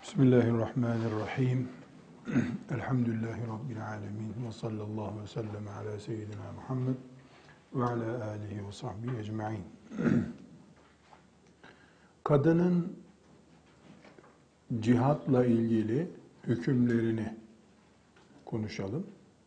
Bismillahirrahmanirrahim. Elhamdülillahi Rabbil alemin. Ve sallallahu ve sellem ala seyyidina Muhammed ve ala alihi ve sahbihi ecma'in. Kadının cihatla ilgili hükümlerini konuşalım.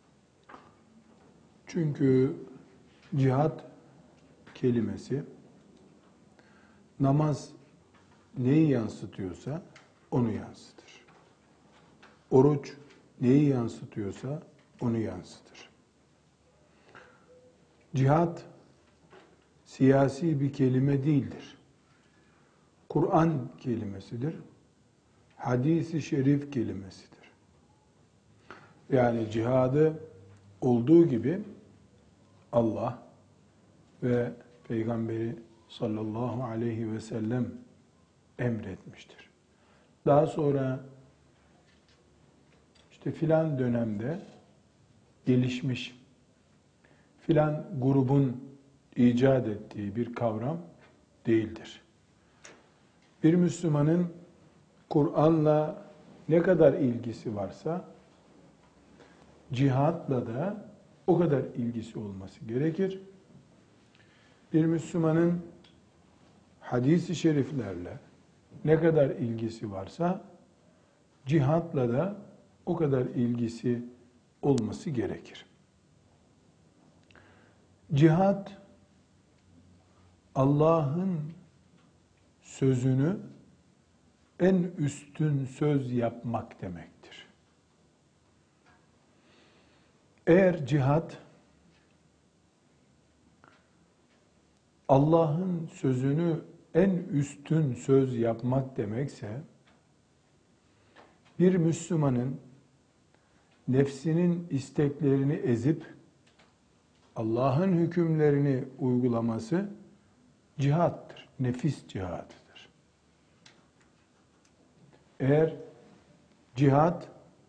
Çünkü cihat kelimesi namaz neyi yansıtıyorsa onu yansıtır. Oruç neyi yansıtıyorsa onu yansıtır. Cihat siyasi bir kelime değildir. Kur'an kelimesidir. Hadis-i şerif kelimesidir. Yani cihadı olduğu gibi Allah ve Peygamberi sallallahu aleyhi ve sellem emretmiştir. Daha sonra filan dönemde gelişmiş, filan grubun icat ettiği bir kavram değildir. Bir Müslümanın Kur'an'la ne kadar ilgisi varsa cihatla da o kadar ilgisi olması gerekir. Bir Müslümanın hadis-i şeriflerle ne kadar ilgisi varsa cihatla da o kadar ilgisi olması gerekir. Cihat Allah'ın sözünü en üstün söz yapmak demektir. Eğer cihat Allah'ın sözünü en üstün söz yapmak demekse, bir Müslümanın nefsinin isteklerini ezip Allah'ın hükümlerini uygulaması cihattır. Nefis cihadıdır. Eğer cihat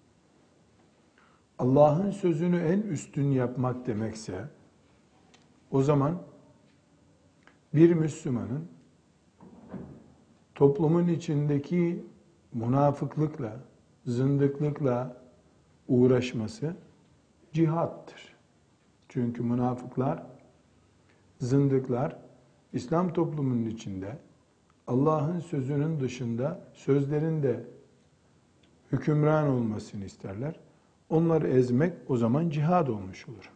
Allah'ın sözünü en üstün yapmak demekse, o zaman bir Müslümanın toplumun içindeki münafıklıkla, zındıklıkla uğraşması cihattır. Çünkü münafıklar, zındıklar İslam toplumunun içinde Allah'ın sözünün dışında sözlerin de hükümran olmasını isterler. Onları ezmek o zaman cihad olmuş olur.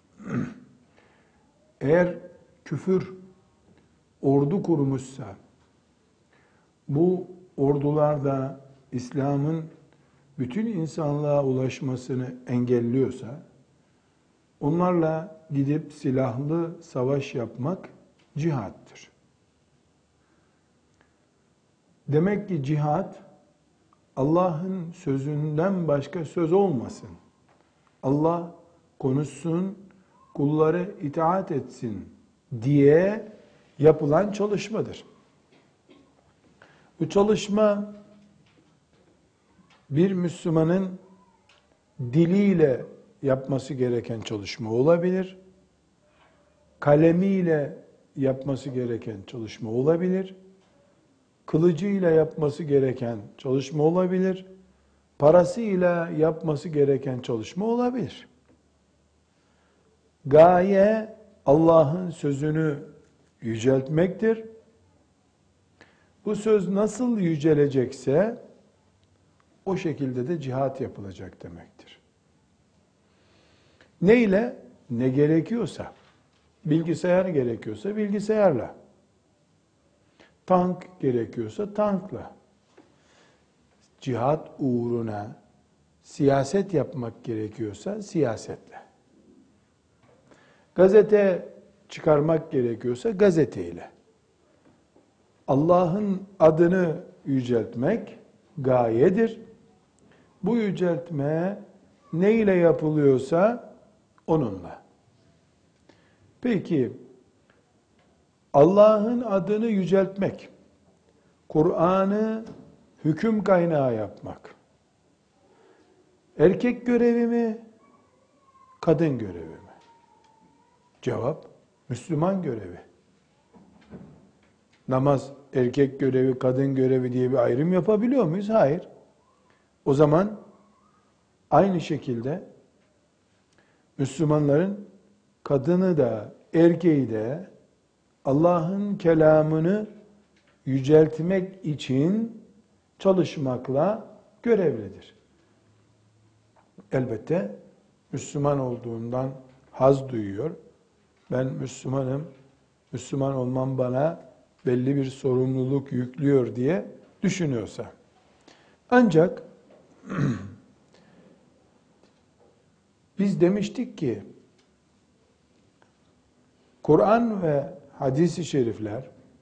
Eğer küfür ordu kurmuşsa, bu ordularda İslam'ın bütün insanlığa ulaşmasını engelliyorsa, onlarla gidip silahlı savaş yapmak cihattır. Demek ki cihat, Allah'ın sözünden başka söz olmasın. Allah konuşsun, kulları itaat etsin diye yapılan çalışmadır. Bu çalışma bir Müslümanın diliyle yapması gereken çalışma olabilir. Kalemiyle yapması gereken çalışma olabilir. Kılıcıyla yapması gereken çalışma olabilir. Parasıyla yapması gereken çalışma olabilir. Gaye Allah'ın sözünü yüceltmektir. Bu söz nasıl yücelecekse o şekilde de cihat yapılacak demektir. Neyle? Ne gerekiyorsa. Bilgisayar gerekiyorsa bilgisayarla. Tank gerekiyorsa tankla. Cihat uğruna siyaset yapmak gerekiyorsa siyasetle. Gazete çıkarmak gerekiyorsa gazeteyle. Allah'ın adını yüceltmek gayedir. Bu yüceltme ne ile yapılıyorsa onunla. Peki Allah'ın adını yüceltmek, Kur'an'ı hüküm kaynağı yapmak, erkek görevi mi, kadın görevi mi? Cevap, Müslüman görevi. Namaz erkek görevi, kadın görevi diye bir ayrım yapabiliyor muyuz? Hayır. O zaman aynı şekilde Müslümanların kadını da erkeği de Allah'ın kelamını yüceltmek için çalışmakla görevlidir. Elbette Müslüman olduğundan haz duyuyor. Ben Müslümanım, Müslüman olmam bana belli bir sorumluluk yüklüyor diye düşünüyorsa. Ancak biz demiştik ki Kur'an ve hadis-i şerifler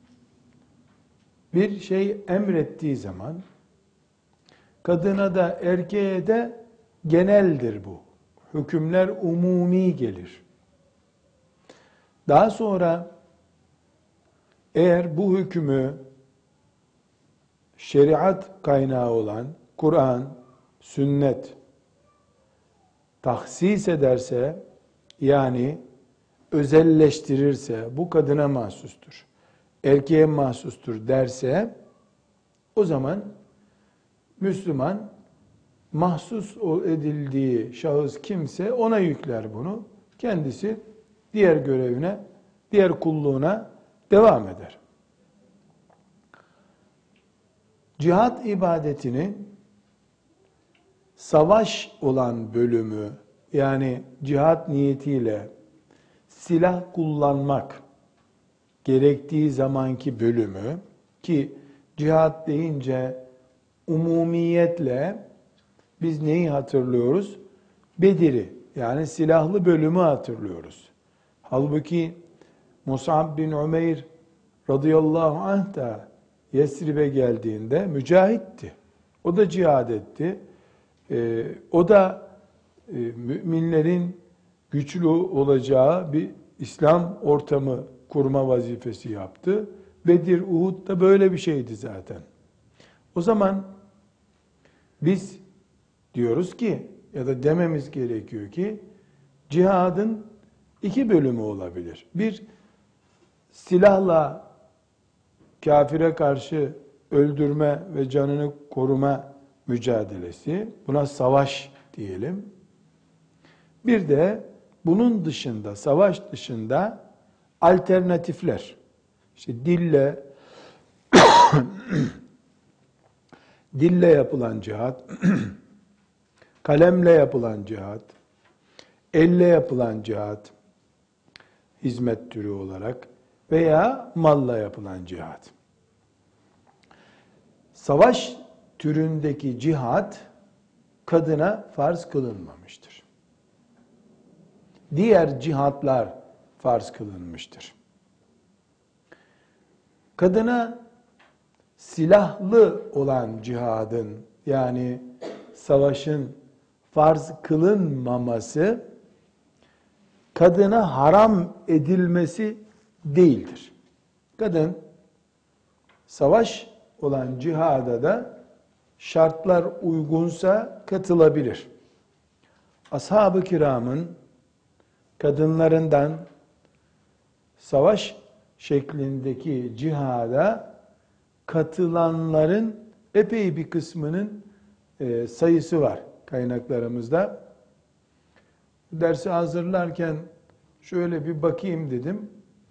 bir şey emrettiği zaman kadına da erkeğe de geneldir bu. Hükümler umumi gelir. Daha sonra eğer bu hükmü şeriat kaynağı olan Kur'an, sünnet tahsis ederse, yani özelleştirirse, bu kadına mahsustur, erkeğe mahsustur derse, o zaman Müslüman mahsus edildiği şahıs kimse ona yükler bunu. Kendisi diğer görevine, diğer kulluğuna devam eder. Cihat ibadetinin savaş olan bölümü, yani cihat niyetiyle silah kullanmak gerektiği zamanki bölümü, ki cihat deyince umumiyetle biz neyi hatırlıyoruz? Bedir'i, yani silahlı bölümü hatırlıyoruz. Halbuki Mus'ab bin Umeyr radıyallahu anh da Yesrib'e geldiğinde mücahitti. O da cihad etti. O da müminlerin güçlü olacağı bir İslam ortamı kurma vazifesi yaptı. Bedir, Uhud da böyle bir şeydi zaten. O zaman biz diyoruz ki, ya da dememiz gerekiyor ki, cihadın iki bölümü olabilir. Bir, silahla kafire karşı öldürme ve canını koruma mücadelesi, buna savaş diyelim. Bir de bunun dışında, savaş dışında alternatifler. İşte dille yapılan cihat, kalemle yapılan cihat, elle yapılan cihat, hizmet türü olarak veya malla yapılan cihat. Savaş türündeki cihat kadına farz kılınmamıştır. Diğer cihatlar farz kılınmıştır. Kadına silahlı olan cihadın, yani savaşın farz kılınmaması, kadına haram edilmesi değildir. Kadın savaş olan cihada da şartlar uygunsa katılabilir. Ashab-ı kiramın kadınlarından savaş şeklindeki cihada katılanların epey bir kısmının sayısı var kaynaklarımızda. Dersi hazırlarken şöyle bir bakayım dedim.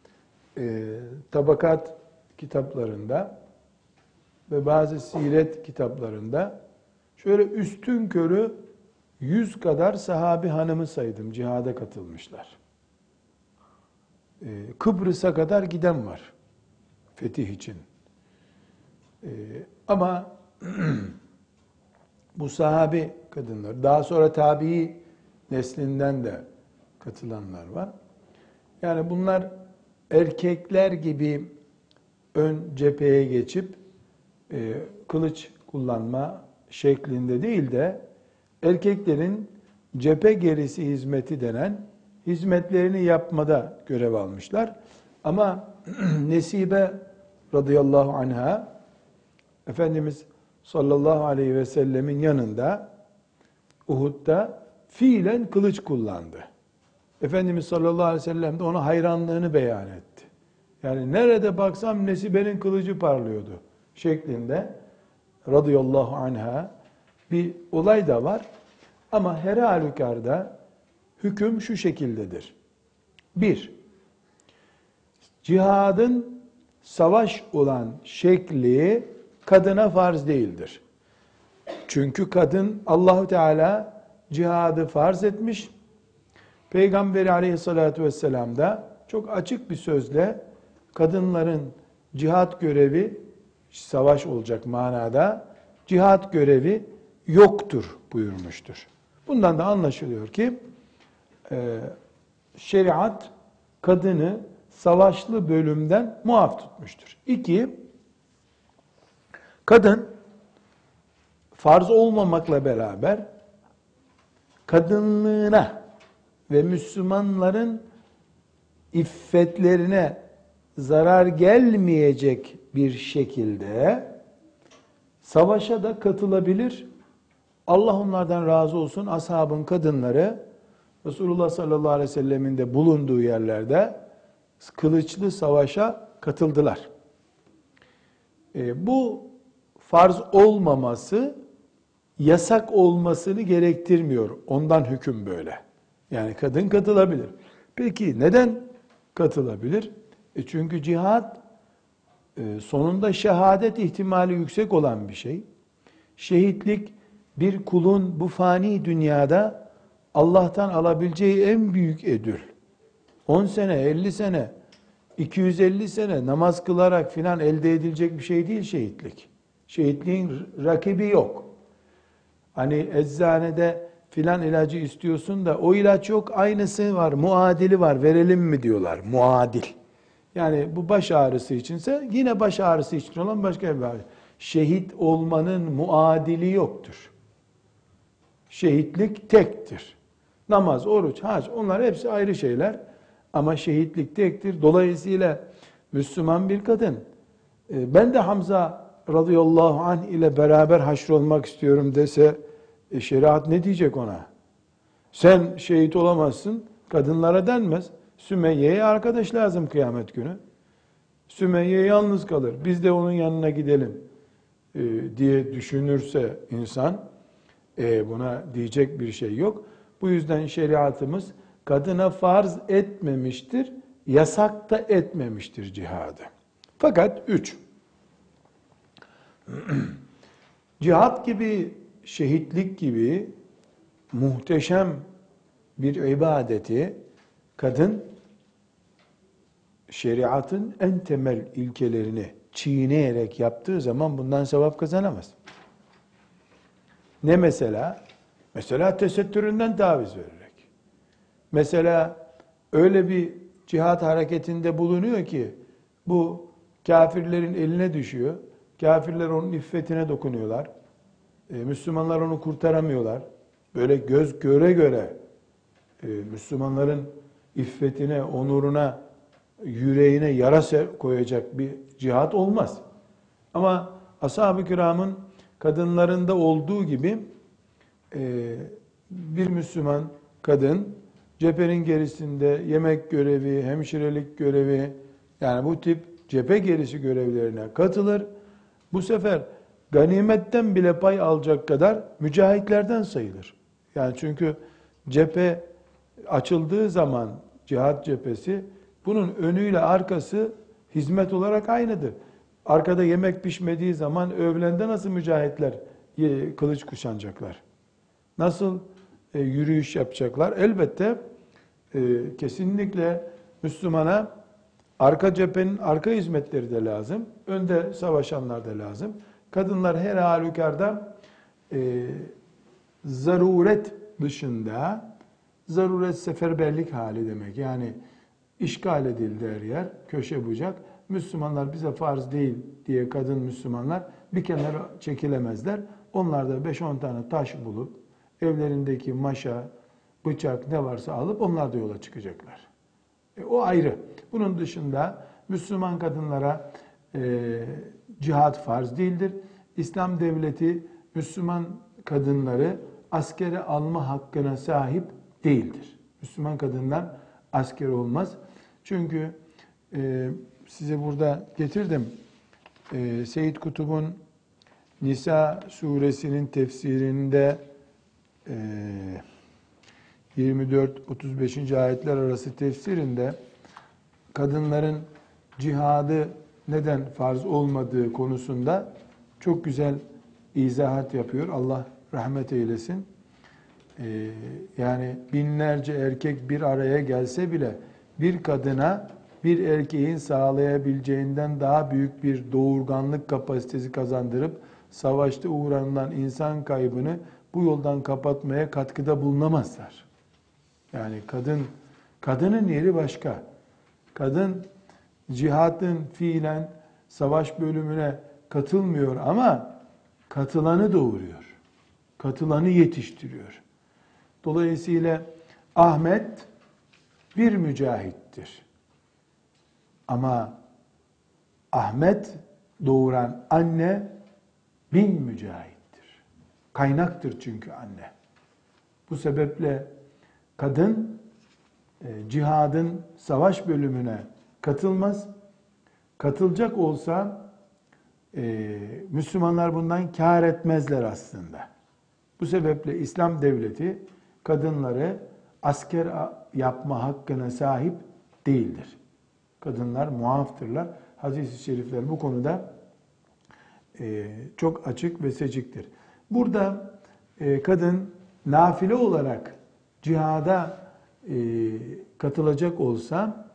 Tabakat kitaplarında ve bazı siret kitaplarında şöyle üstünkörü 100 kadar sahabi hanımı saydım, cihada katılmışlar. Kıbrıs'a kadar giden var fetih için. Ama bu sahabi kadınlar, daha sonra tabii neslinden de katılanlar var. Yani bunlar erkekler gibi ön cepheye geçip kılıç kullanma şeklinde değil de erkeklerin cephe gerisi hizmeti denen hizmetlerini yapmada görev almışlar. Ama Nesibe radıyallahu anha Efendimiz sallallahu aleyhi ve sellemin yanında Uhud'da fiilen kılıç kullandı. Efendimiz sallallahu aleyhi ve sellem de ona hayranlığını beyan etti. Yani nerede baksam Nesibe'nin kılıcı parlıyordu şeklinde radıyallahu anha bir olay da var. Ama her halükarda hüküm şu şekildedir. 1. Cihadın savaş olan şekli kadına farz değildir. Çünkü kadın Allahu Teala cihadı farz etmiş. Peygamberi Aleyhisselatü Vesselam da çok açık bir sözle kadınların cihat görevi, savaş olacak manada, cihat görevi yoktur buyurmuştur. Bundan da anlaşılıyor ki şeriat kadını savaşlı bölümden muaf tutmuştur. 2, kadın farz olmamakla beraber kadınlığına ve Müslümanların iffetlerine zarar gelmeyecek bir şekilde savaşa da katılabilir. Allah onlardan razı olsun, ashabın kadınları Resulullah sallallahu aleyhi ve sellemin de bulunduğu yerlerde kılıçlı savaşa katıldılar. Bu farz olmaması yasak olmasını gerektirmiyor. Ondan hüküm böyle. Yani kadın katılabilir. Peki neden katılabilir? Çünkü cihat sonunda şehadet ihtimali yüksek olan bir şey. Şehitlik bir kulun bu fani dünyada Allah'tan alabileceği en büyük ödül. 10 sene, 50 sene, 250 sene namaz kılarak filan elde edilecek bir şey değil şehitlik. Şehitliğin rakibi yok. Hani eczanede filan ilacı istiyorsun da o ilaç yok, aynısı var, muadili var, verelim mi diyorlar, muadil. Yani bu baş ağrısı içinse yine baş ağrısı için olan başka bir ağrı. Şehit olmanın muadili yoktur. Şehitlik tektir. Namaz, oruç, hac, onlar hepsi ayrı şeyler. Ama şehitlik tektir. Dolayısıyla Müslüman bir kadın, ben de Hamza radıyallahu anh ile beraber haşrolmak istiyorum dese, şeriat ne diyecek ona? Sen şehit olamazsın, kadınlara denmez. Sümeyye'ye arkadaş lazım kıyamet günü. Sümeyye yalnız kalır. Biz de onun yanına gidelim diye düşünürse insan, buna diyecek bir şey yok. Bu yüzden şeriatımız kadına farz etmemiştir, yasak da etmemiştir cihadı. Fakat 3, cihat gibi, şehitlik gibi muhteşem bir ibadeti kadın şeriatın en temel ilkelerini çiğneyerek yaptığı zaman bundan sevap kazanamaz. Ne mesela? Mesela tesettüründen taviz vererek. Mesela öyle bir cihat hareketinde bulunuyor ki bu kafirlerin eline düşüyor. Kafirler onun iffetine dokunuyorlar. Müslümanlar onu kurtaramıyorlar. Böyle göz göre göre Müslümanların iffetine, onuruna, yüreğine yara koyacak bir cihat olmaz. Ama ashab-ı kiramın kadınlarında olduğu gibi bir Müslüman kadın cephenin gerisinde yemek görevi, hemşirelik görevi, yani bu tip cephe gerisi görevlerine katılır. Bu sefer ganimetten bile pay alacak kadar mücahitlerden sayılır. Yani çünkü cephe açıldığı zaman cihat cephesi, bunun önüyle arkası hizmet olarak aynıdır. Arkada yemek pişmediği zaman öğlende nasıl mücahitler kılıç kuşanacaklar? Nasıl yürüyüş yapacaklar? Elbette kesinlikle Müslümana arka cephenin arka hizmetleri de lazım. Önde savaşanlar da lazım. Kadınlar her halükarda zaruret dışında, zaruret seferberlik hali demek. Yani işgal edildi her yer, köşe bucak. Müslümanlar bize farz değil diye kadın Müslümanlar bir kenara çekilemezler. Onlar da 5-10 tane taş bulup evlerindeki maşa, bıçak ne varsa alıp onlar da yola çıkacaklar. O ayrı. Bunun dışında Müslüman kadınlara cihat farz değildir. İslam devleti Müslüman kadınları askere alma hakkına sahip değildir. Müslüman kadınlar asker olmaz. Çünkü size burada getirdim. Seyyid Kutub'un Nisa suresinin tefsirinde 24-35. ayetler arası tefsirinde kadınların cihadı neden farz olmadığı konusunda çok güzel izahat yapıyor. Allah rahmet eylesin. Yani binlerce erkek bir araya gelse bile bir kadına bir erkeğin sağlayabileceğinden daha büyük bir doğurganlık kapasitesi kazandırıp savaşta uğranılan insan kaybını bu yoldan kapatmaya katkıda bulunamazlar. Yani kadının yeri başka. Kadın cihadın fiilen savaş bölümüne katılmıyor ama katılanı doğuruyor. Katılanı yetiştiriyor. Dolayısıyla Ahmet bir mücahittir. Ama Ahmet doğuran anne 1000 mücahittir. Kaynaktır çünkü anne. Bu sebeple kadın cihadın savaş bölümüne katılmaz. Katılacak olsa Müslümanlar bundan kâr etmezler aslında. Bu sebeple İslam devleti kadınları asker yapma hakkına sahip değildir. Kadınlar muaftırlar. Hadis-i şerifler bu konuda çok açık ve seçiktir. Burada kadın nafile olarak cihada katılacak olsa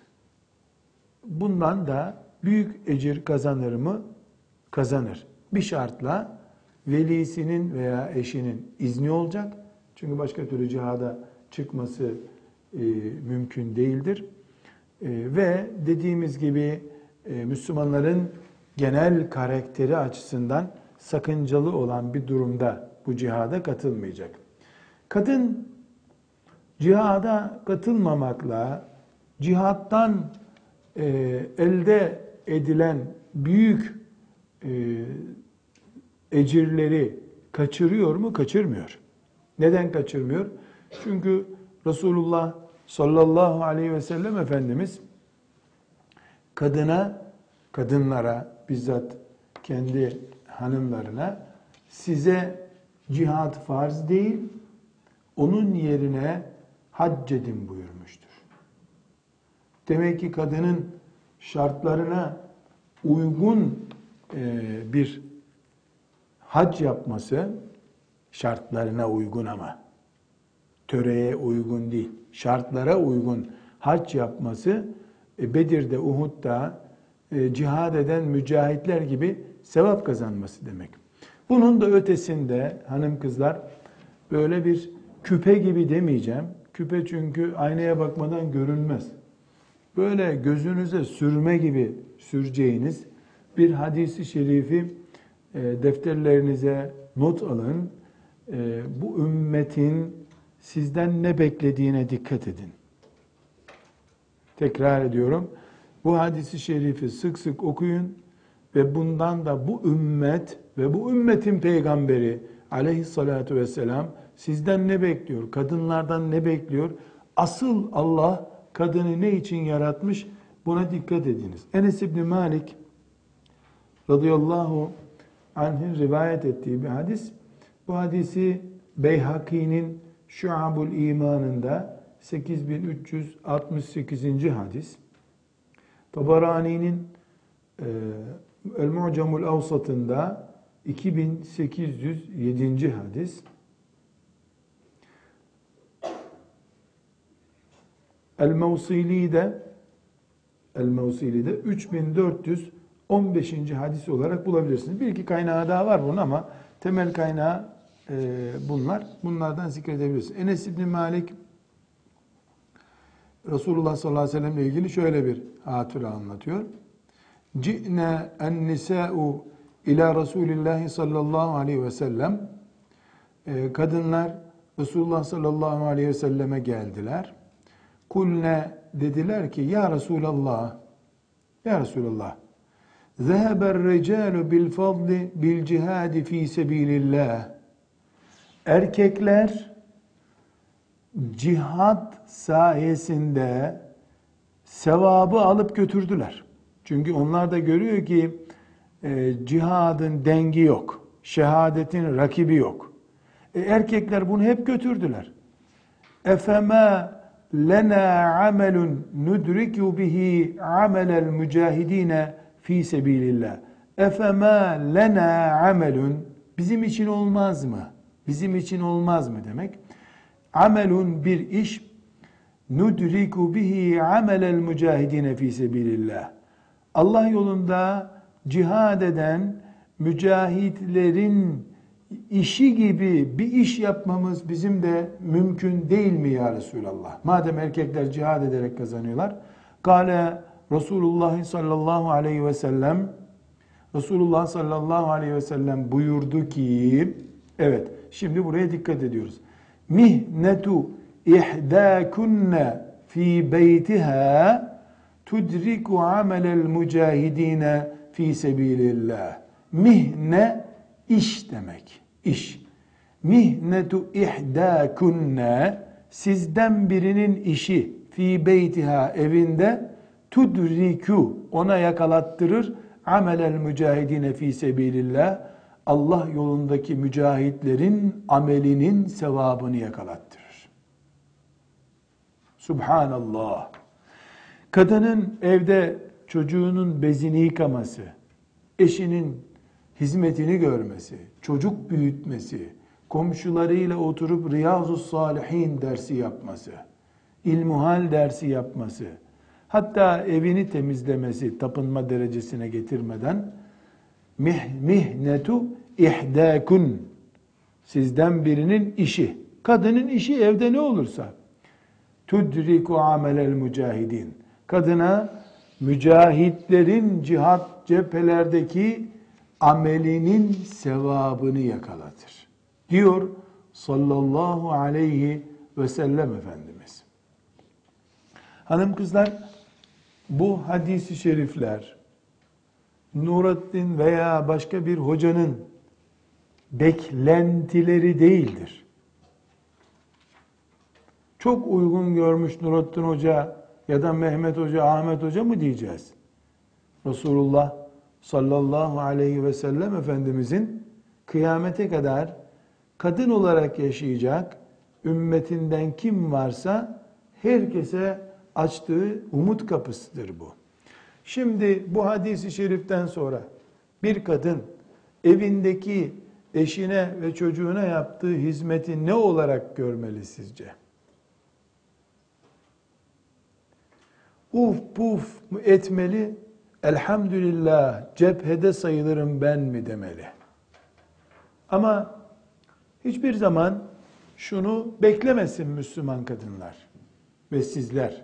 bundan da büyük ecir kazanır mı? Kazanır. Bir şartla velisinin veya eşinin izni olacak. Çünkü başka türlü cihada çıkması mümkün değildir. Ve dediğimiz gibi Müslümanların genel karakteri açısından sakıncalı olan bir durumda bu cihada katılmayacak. Kadın cihada katılmamakla cihattan elde edilen büyük ecirleri kaçırıyor mu? Kaçırmıyor. Neden kaçırmıyor? Çünkü Resulullah sallallahu aleyhi ve sellem Efendimiz kadınlara bizzat kendi hanımlarına size cihat farz değil, onun yerine hac edin buyurmuştur. Demek ki kadının şartlarına uygun bir hac yapması, şartlarına uygun ama töreye uygun değil, şartlara uygun hac yapması Bedir'de, Uhud'da cihad eden mücahitler gibi sevap kazanması demek. Bunun da ötesinde hanım kızlar böyle bir küpe gibi demeyeceğim. Küpe çünkü aynaya bakmadan görünmez. Böyle gözünüze sürme gibi süreceğiniz bir hadisi şerifi defterlerinize not alın. Bu ümmetin sizden ne beklediğine dikkat edin. Tekrar ediyorum. Bu hadisi şerifi sık sık okuyun ve bundan da bu ümmet ve bu ümmetin peygamberi aleyhissalatu vesselam sizden ne bekliyor? Kadınlardan ne bekliyor? Asıl Allah kadını ne için yaratmış? Buna dikkat ediniz. Enes İbni Malik radıyallahu anh'ın rivayet ettiği bir hadis. Bu hadisi Beyhaki'nin Şu'abul İman'ında 8368. hadis. Tabarani'nin El-Mu'camul Avsat'ında 2807. hadis. El-Mevsili'de 3415. hadis olarak bulabilirsiniz. Bir iki kaynağı daha var bunun ama temel kaynağı bunlar. Bunlardan zikredebilirsiniz. Enes İbni Malik Resulullah sallallahu aleyhi ve sellem ile ilgili şöyle bir hatıra anlatıyor. Ci'ne en-nisa'u ila Resulillah sallallahu aleyhi ve sellem. Kadınlar Resulullah sallallahu aleyhi ve selleme geldiler. Kulne dediler ki ya Resulallah, ya Resulallah, zeheber ricalu bil fadli bil cihadi fi sebilillah. Erkekler cihad sayesinde sevabı alıp götürdüler. Çünkü onlar da görüyor ki cihadın dengi yok. Şehadetin rakibi yok. Erkekler bunu hep götürdüler. Efema lena amelun nudriku bihi amelel mücahidine fi sebilillah. Efema lena amelun, bizim için olmaz mı? Bizim için olmaz mı demek? Amelun, bir iş, nudriku bihi amelel mücahidine fi sebilillah. Allah yolunda cihad eden mücahitlerin işi gibi bir iş yapmamız bizim de mümkün değil mi ya Resulallah? Madem erkekler cihad ederek kazanıyorlar. Kale Resulullah sallallahu aleyhi ve sellem, Resulullah sallallahu aleyhi ve sellem buyurdu ki, evet, şimdi buraya dikkat ediyoruz. Mihnetu ihdâkunne fî beytiha tudriku amelel mücahidine fî sebilillah. Mihne, iş demek. İş. Mihnetu ihdâkunne, sizden birinin işi, fî beytiha, evinde, tudriku, ona yakalattırır, amelel mücahidine fî sebilillah, Allah yolundaki mücahitlerin amelinin sevabını yakalattırır. Subhanallah. Kadının evde çocuğunun bezini yıkaması, eşinin hizmetini görmesi, çocuk büyütmesi, komşularıyla oturup Riyazus Salihin dersi yapması, İlmuhal dersi yapması, hatta evini temizlemesi, tapınma derecesine getirmeden, mihnetu ihdâkun, sizden birinin işi, kadının işi evde ne olursa, tudriku amelel mücahidin, kadına mücahitlerin cihat cephelerdeki amelinin sevabını yakalatır diyor sallallahu aleyhi ve sellem Efendimiz. Hanım kızlar, bu hadis-i şerifler Nurattin veya başka bir hocanın beklentileri değildir. Çok uygun görmüş Nurattin Hoca ya da Mehmet Hoca, Ahmet Hoca mı diyeceğiz? Resulullah sallallahu aleyhi ve sellem Efendimizin kıyamete kadar kadın olarak yaşayacak ümmetinden kim varsa herkese açtığı umut kapısıdır bu. Şimdi bu hadis-i şeriften sonra bir kadın evindeki eşine ve çocuğuna yaptığı hizmeti ne olarak görmeli sizce? Uf puf mu etmeli? Elhamdülillah cephede sayılırım ben mi demeli? Ama hiçbir zaman şunu beklemesin Müslüman kadınlar ve sizler.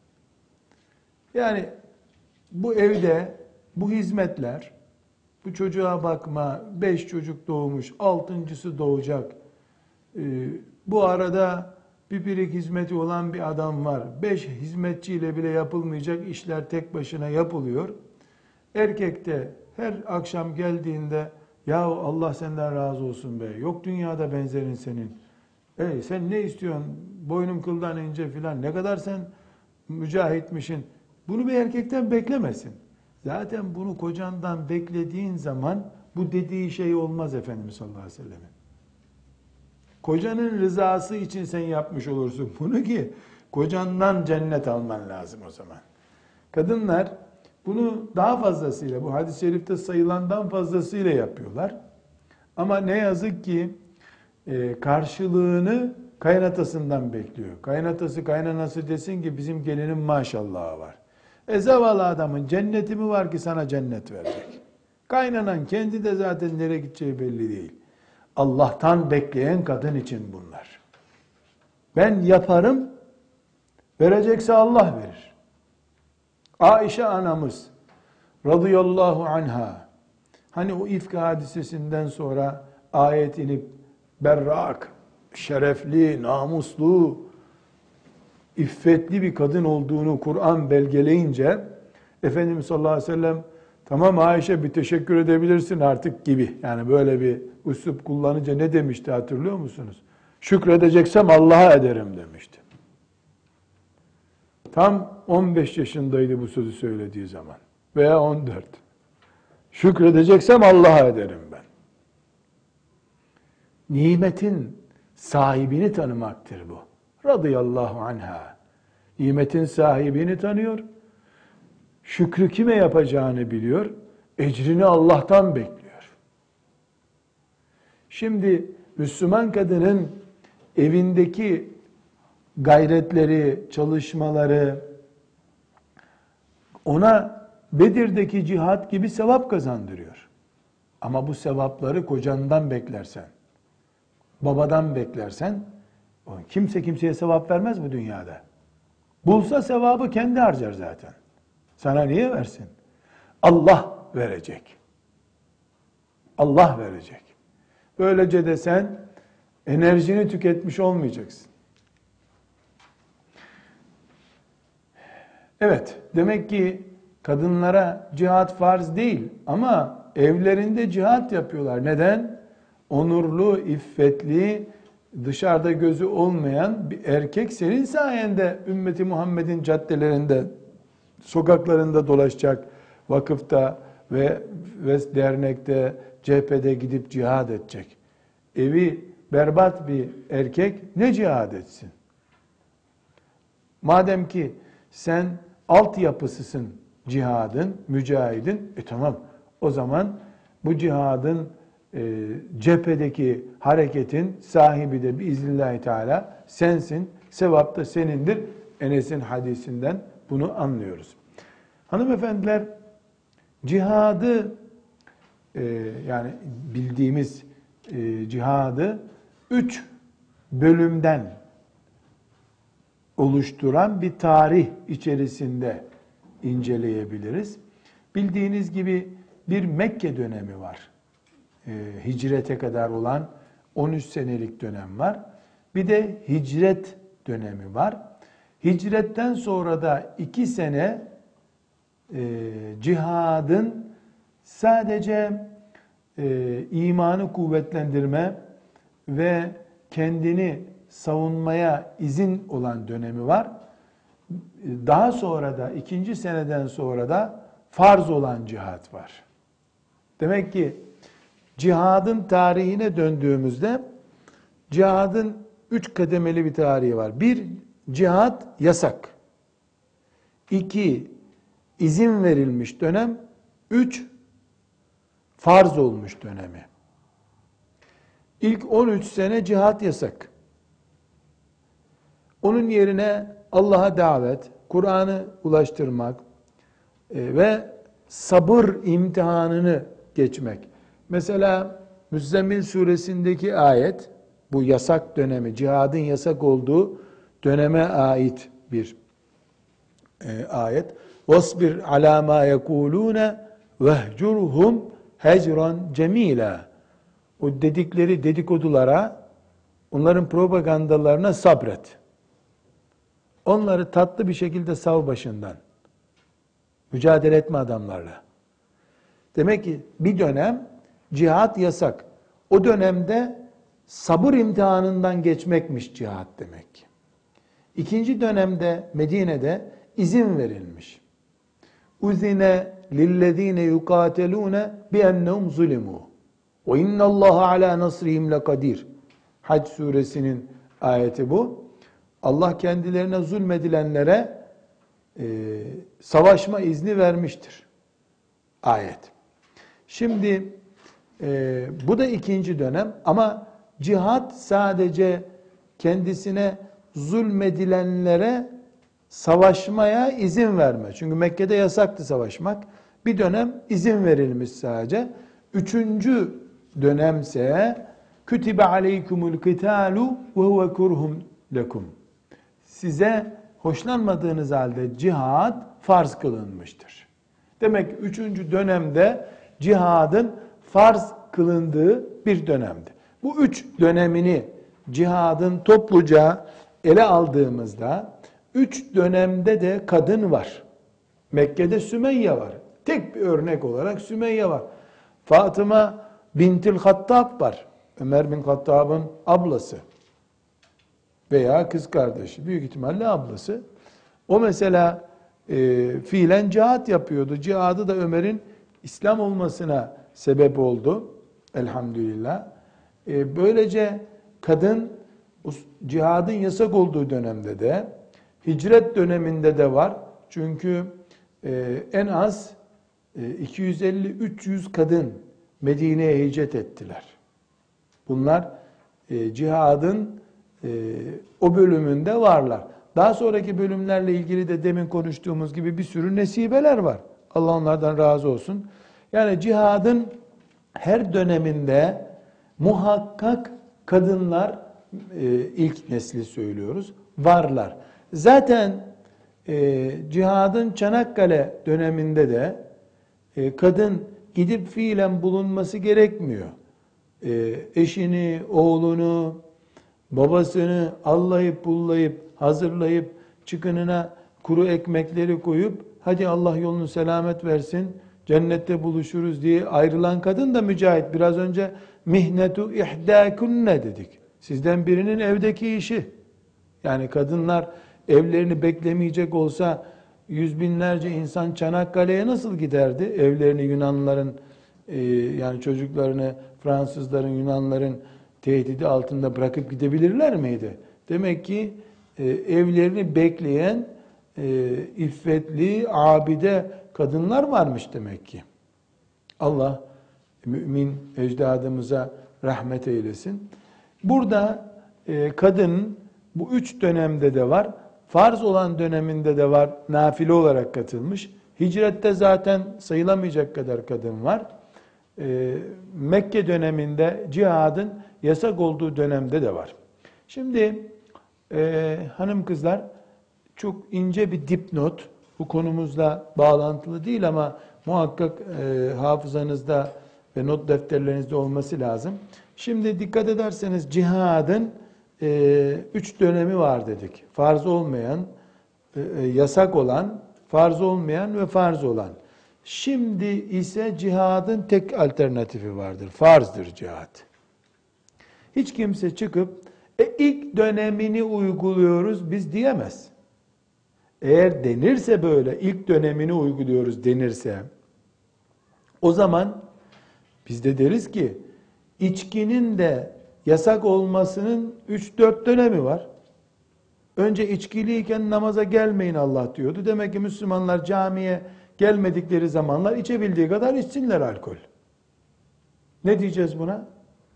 Yani bu evde bu hizmetler, bu çocuğa bakma, 5 çocuk doğmuş, 6.'sı doğacak. Bu arada bir birik hizmeti olan bir adam var. 5 hizmetçiyle bile yapılmayacak işler tek başına yapılıyor. Erkek de her akşam geldiğinde, yahu Allah senden razı olsun be, yok dünyada benzerin senin. Sen ne istiyorsun, boynum kıldan ince filan, ne kadar sen mücahitmişsin. Bunu bir erkekten beklemesin. Zaten bunu kocandan beklediğin zaman bu dediği şey olmaz Efendimiz sallallahu aleyhi ve sellem'in. Kocanın rızası için sen yapmış olursun bunu ki kocandan cennet alman lazım o zaman. Kadınlar bunu daha fazlasıyla, bu hadis-i şerifte sayılandan fazlasıyla yapıyorlar. Ama ne yazık ki karşılığını kaynatasından bekliyor. Kaynatası, kaynanası desin ki bizim gelinin maşallahı var. Zavallı adamın cenneti mi var ki sana cennet verecek? Kaynanan kendi de zaten nereye gideceği belli değil. Allah'tan bekleyen kadın için bunlar. Ben yaparım, verecekse Allah verir. Aişe anamız radıyallahu anha, hani o ifk hadisesinden sonra ayet inip berrak, şerefli, namuslu, iffetli bir kadın olduğunu Kur'an belgeleyince Efendimiz sallallahu aleyhi ve sellem tamam Ayşe bir teşekkür edebilirsin artık gibi. Yani böyle bir üslup kullanınca ne demişti hatırlıyor musunuz? Şükredeceksem Allah'a ederim demişti. Tam 15 yaşındaydı bu sözü söylediği zaman veya 14. Şükredeceksem Allah'a ederim ben. Nimetin sahibini tanımaktır bu. Radıyallahu anha. Nimetin sahibini tanıyor. Şükrü kime yapacağını biliyor. Ecrini Allah'tan bekliyor. Şimdi Müslüman kadının evindeki gayretleri, çalışmaları ona Bedir'deki cihat gibi sevap kazandırıyor. Ama bu sevapları kocandan beklersen, babadan beklersen, kimse kimseye sevap vermez bu dünyada. Bulsa sevabı kendi harcar zaten. Sana niye versin? Allah verecek. Allah verecek. Böylece de sen enerjini tüketmiş olmayacaksın. Evet, demek ki kadınlara cihat farz değil ama evlerinde cihat yapıyorlar. Neden? Onurlu, iffetli, dışarıda gözü olmayan bir erkek senin sayende ümmeti Muhammed'in caddelerinde, sokaklarında dolaşacak, vakıfta ve dernekte, cephede gidip cihad edecek. Evi berbat bir erkek ne cihad etsin? Madem ki sen altyapısısın cihadın, mücahidin, tamam o zaman bu cihadın cephedeki hareketin sahibi de biiznillahü teala sensin, sevap da senindir. Enes'in hadisinden bunu anlıyoruz. Hanımefendiler, cihadı yani bildiğimiz cihadı 3 bölümden oluşturan bir tarih içerisinde inceleyebiliriz. Bildiğiniz gibi bir Mekke dönemi var. Hicrete kadar olan 13 senelik dönem var. Bir de hicret dönemi var. Hicretten sonra da 2 sene cihadın sadece imanı kuvvetlendirme ve kendini savunmaya izin olan dönemi var. Daha sonra da 2. seneden sonra da farz olan cihat var. Demek ki cihadın tarihine döndüğümüzde cihadın 3 kademeli bir tarihi var. 1, cihat yasak. 2, izin verilmiş dönem. 3, farz olmuş dönemi. İlk 13 sene cihat yasak. Onun yerine Allah'a davet, Kur'an'ı ulaştırmak ve sabır imtihanını geçmek. Mesela Müzzemmil suresindeki ayet, bu yasak dönemi, cihadın yasak olduğu döneme ait bir ayet. وَاصْبِرْ عَلَى مَا يَقُولُونَ وَهْجُرْهُمْ هَجْرًا جَمِيلًا. O dedikleri dedikodulara, onların propagandalarına sabret. Onları tatlı bir şekilde sav başından. Mücadele etme adamlarla. Demek ki bir dönem cihat yasak. O dönemde sabır imtihanından geçmekmiş cihat demek ki. İkinci dönemde Medine'de izin verilmiş. Uzine lillezine yuqatelune bi ennehum zulimu. Ve innallaha ala nasrihim lekadir. Hac suresinin ayeti bu. Allah kendilerine zulmedilenlere savaşma izni vermiştir. Ayet. Şimdi bu da ikinci dönem ama cihat sadece kendisine zulmedilenlere savaşmaya izin verme. Çünkü Mekke'de yasaktı savaşmak. Bir dönem izin verilmiş sadece. 3. dönemse kütibe aleykumul kitalu ve huve kurhum lekum. Size hoşlanmadığınız halde cihad farz kılınmıştır. Demek ki 3. dönemde cihadın farz kılındığı bir dönemdi. Bu 3 dönemini cihadın topluca ele aldığımızda 3 dönemde de kadın var. Mekke'de Sümeyye var. Tek bir örnek olarak Sümeyye var. Fatıma bintil Hattab var. Ömer bin Hattab'ın ablası veya kız kardeşi, büyük ihtimalle ablası. O mesela fiilen cihat yapıyordu. Cihadı da Ömer'in İslam olmasına sebep oldu. Elhamdülillah. Böylece kadın cihadın yasak olduğu dönemde de, hicret döneminde de var. Çünkü en az 250-300 kadın Medine'ye hicret ettiler. Bunlar cihadın o bölümünde varlar. Daha sonraki bölümlerle ilgili de demin konuştuğumuz gibi bir sürü nesibeler var. Allah onlardan razı olsun. Yani cihadın her döneminde muhakkak kadınlar, ilk nesli söylüyoruz, varlar. Zaten cihadın Çanakkale döneminde de kadın gidip fiilen bulunması gerekmiyor. Eşini, oğlunu, babasını allayıp pullayıp hazırlayıp çıkınına kuru ekmekleri koyup hadi Allah yolunu selamet versin, cennette buluşuruz diye ayrılan kadın da mücahit. Biraz önce mihnetu ihdâkunne dedik. Sizden birinin evdeki işi. Yani kadınlar evlerini beklemeyecek olsa yüz binlerce insan Çanakkale'ye nasıl giderdi? Evlerini Yunanlıların yani çocuklarını Fransızların, Yunanların tehdidi altında bırakıp gidebilirler miydi? Demek ki evlerini bekleyen iffetli, abide kadınlar varmış demek ki. Allah mümin ecdadımıza rahmet eylesin. Burada kadın bu 3 dönemde de var. Farz olan döneminde de var. Nafile olarak katılmış. Hicrette zaten sayılamayacak kadar kadın var. Mekke döneminde cihadın yasak olduğu dönemde de var. Şimdi hanım kızlar, çok ince bir dipnot, bu konumuzla bağlantılı değil ama muhakkak hafızanızda ve not defterlerinizde olması lazım. Şimdi dikkat ederseniz cihadın 3 dönemi var dedik. Farz olmayan, yasak olan, farz olmayan ve farz olan. Şimdi ise cihadın tek alternatifi vardır. Farzdır cihad. Hiç kimse çıkıp ilk dönemini uyguluyoruz biz diyemez. Eğer denirse böyle ilk dönemini uyguluyoruz denirse o zaman biz de deriz ki içkinin de yasak olmasının 3-4 dönemi var. Önce içkiliyken namaza gelmeyin Allah diyordu. Demek ki Müslümanlar camiye gelmedikleri zamanlar içebildiği kadar içsinler alkol. Ne diyeceğiz buna?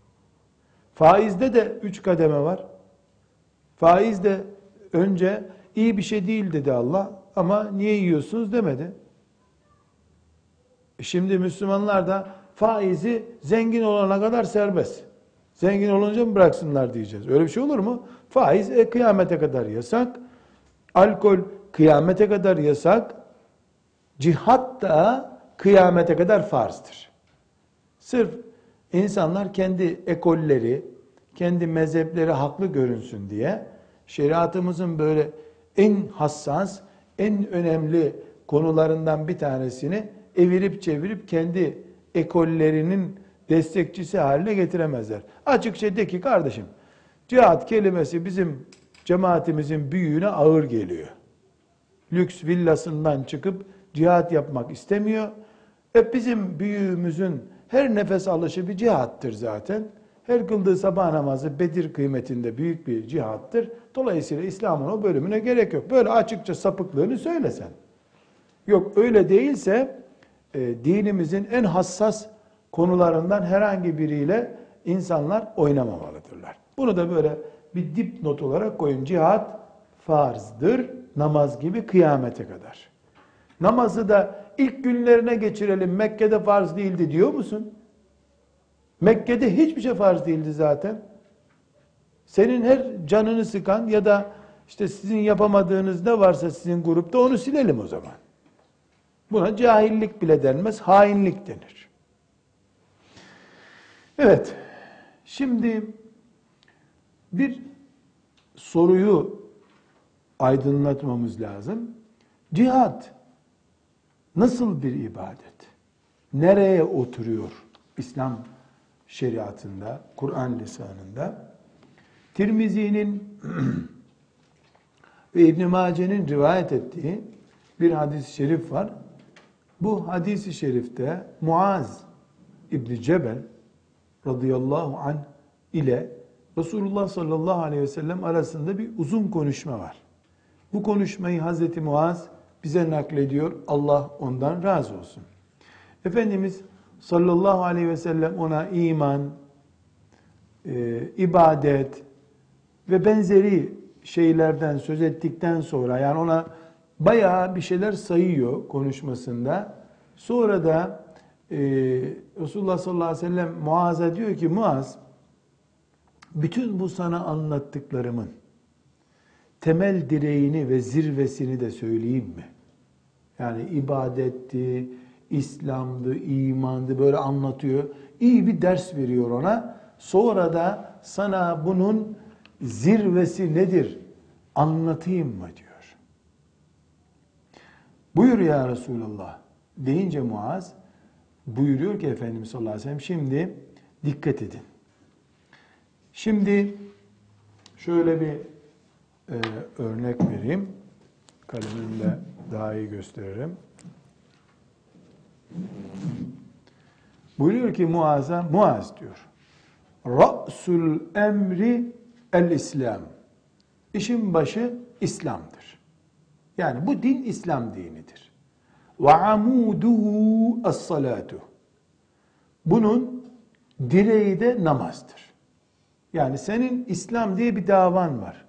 Faizde de 3 kademe var. Faiz de önce iyi bir şey değil dedi Allah ama niye yiyorsunuz demedi. Şimdi Müslümanlar da faizi zengin olana kadar serbest. Zengin olunca mı bıraksınlar diyeceğiz. Öyle bir şey olur mu? Faiz kıyamete kadar yasak. Alkol kıyamete kadar yasak. Cihat da kıyamete kadar farzdır. Sırf insanlar kendi ekolleri, kendi mezhepleri haklı görünsün diye şeriatımızın böyle en hassas, en önemli konularından bir tanesini evirip çevirip kendi ekollerinin destekçisi haline getiremezler. Açıkça de ki kardeşim, cihat kelimesi bizim cemaatimizin büyüğüne ağır geliyor. Lüks villasından çıkıp cihat yapmak istemiyor. Bizim büyüğümüzün her nefes alışı bir cihattır zaten. Her kıldığı sabah namazı Bedir kıymetinde büyük bir cihattır. Dolayısıyla İslam'ın o bölümüne gerek yok. Böyle açıkça sapıklığını söylesen. Yok öyle değilse dinimizin en hassas konularından herhangi biriyle insanlar oynamamalıdırlar. Bunu da böyle bir dipnot olarak koyun. Cihat farzdır, namaz gibi kıyamete kadar. Namazı da ilk günlerine geçirelim, Mekke'de farz değildi diyor musun? Mekke'de hiçbir şey farz değildi zaten. Senin her canını sıkan ya da işte sizin yapamadığınız ne varsa sizin grupta onu silelim o zaman. Buna cahillik bile denmez, hainlik denir. Evet, şimdi bir soruyu aydınlatmamız lazım. Cihad nasıl bir ibadet? Nereye oturuyor İslam şeriatında, Kur'an lisanında? Tirmizi'nin ve İbn Mace'nin rivayet ettiği bir hadis-i şerif var. Bu hadis-i şerifte Muaz İbni Cebel radıyallahu anh ile Resulullah sallallahu aleyhi ve sellem arasında bir uzun konuşma var. Bu konuşmayı Hazreti Muaz bize naklediyor. Allah ondan razı olsun. Efendimiz sallallahu aleyhi ve sellem ona iman, ibadet ve benzeri şeylerden söz ettikten sonra, yani ona bayağı bir şeyler sayıyor konuşmasında. Sonra da Resulullah sallallahu aleyhi ve sellem Muaz'a diyor ki, Muaz, bütün bu sana anlattıklarımın temel direğini ve zirvesini de söyleyeyim mi? Yani ibadetti, İslam'dı, imandı, böyle anlatıyor. İyi bir ders veriyor ona. Sonra da sana bunun zirvesi nedir anlatayım mı diyor. Buyur ya Resulallah deyince Muaz buyuruyor ki Efendimiz sallallahu aleyhi ve sellem, şimdi dikkat edin. Şimdi şöyle bir örnek vereyim. Kalemimle daha iyi gösteririm. Buyuruyor ki Muaz'a, Muaz diyor, Ra'sul emri el-İslam. İşin başı İslam'dır. Yani bu din İslam dinidir. Ve amuduhu es-salatu. Bunun direği de namazdır. Yani senin İslam diye bir davan var.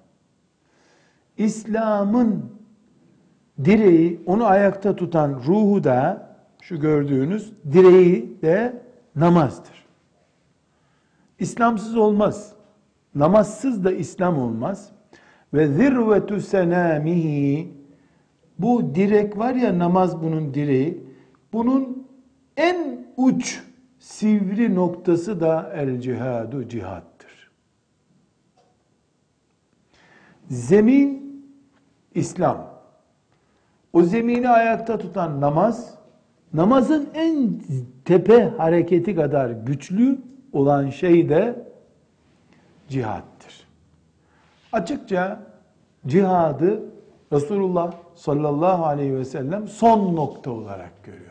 İslam'ın direği, onu ayakta tutan ruhu da, şu gördüğünüz direği de namazdır. İslamsız olmaz. Namazsız da İslam olmaz. Ve zirvetu senamihi, bu direk var ya, namaz bunun direği, bunun en uç sivri noktası da el cihadu, cihattır. Zemin İslam. O zemini ayakta tutan namaz, namazın en tepe hareketi kadar güçlü olan şey de cihattır. Açıkça cihadı Resulullah sallallahu aleyhi ve sellem son nokta olarak görüyor.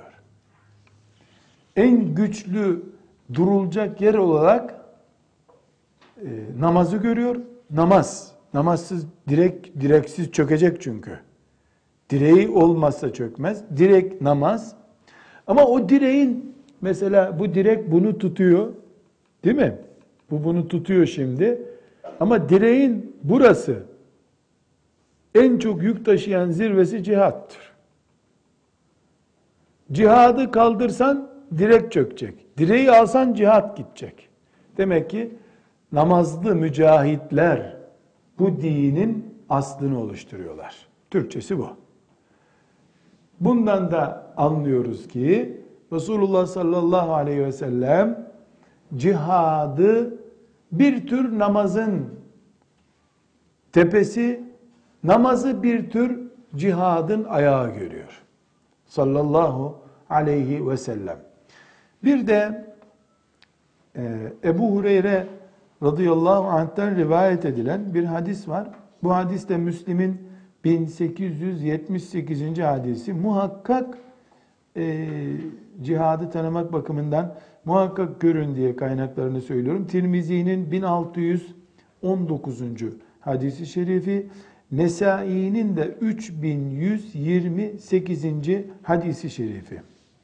En güçlü durulacak yer olarak namazı görüyor. Namazsız direksiz çökecek çünkü. Direği olmazsa çökmez. Direk namaz. Ama o direğin, mesela bu direk bunu tutuyor. Değil mi? Bu bunu tutuyor şimdi. Ama direğin burası en çok yük taşıyan zirvesi cihattır. Cihadı kaldırsan direk çökecek. Direği alsan cihat gidecek. Demek ki namazlı mücahitler bu dinin aslını oluşturuyorlar. Türkçesi bu. Bundan da anlıyoruz ki Resulullah sallallahu aleyhi ve sellem cihadı bir tür namazın tepesi, namazı bir tür cihadın ayağı görüyor. Sallallahu aleyhi ve sellem. Bir de Ebu Hureyre radıyallahu anh'ten rivayet edilen bir hadis var. Bu hadis de Müslim'in 1878. hadisi. Muhakkak cihadı tanımak bakımından muhakkak görün diye kaynaklarını söylüyorum. Tirmizi'nin 1619. hadisi şerifi, Nesai'nin de 3128. hadisi şerifi.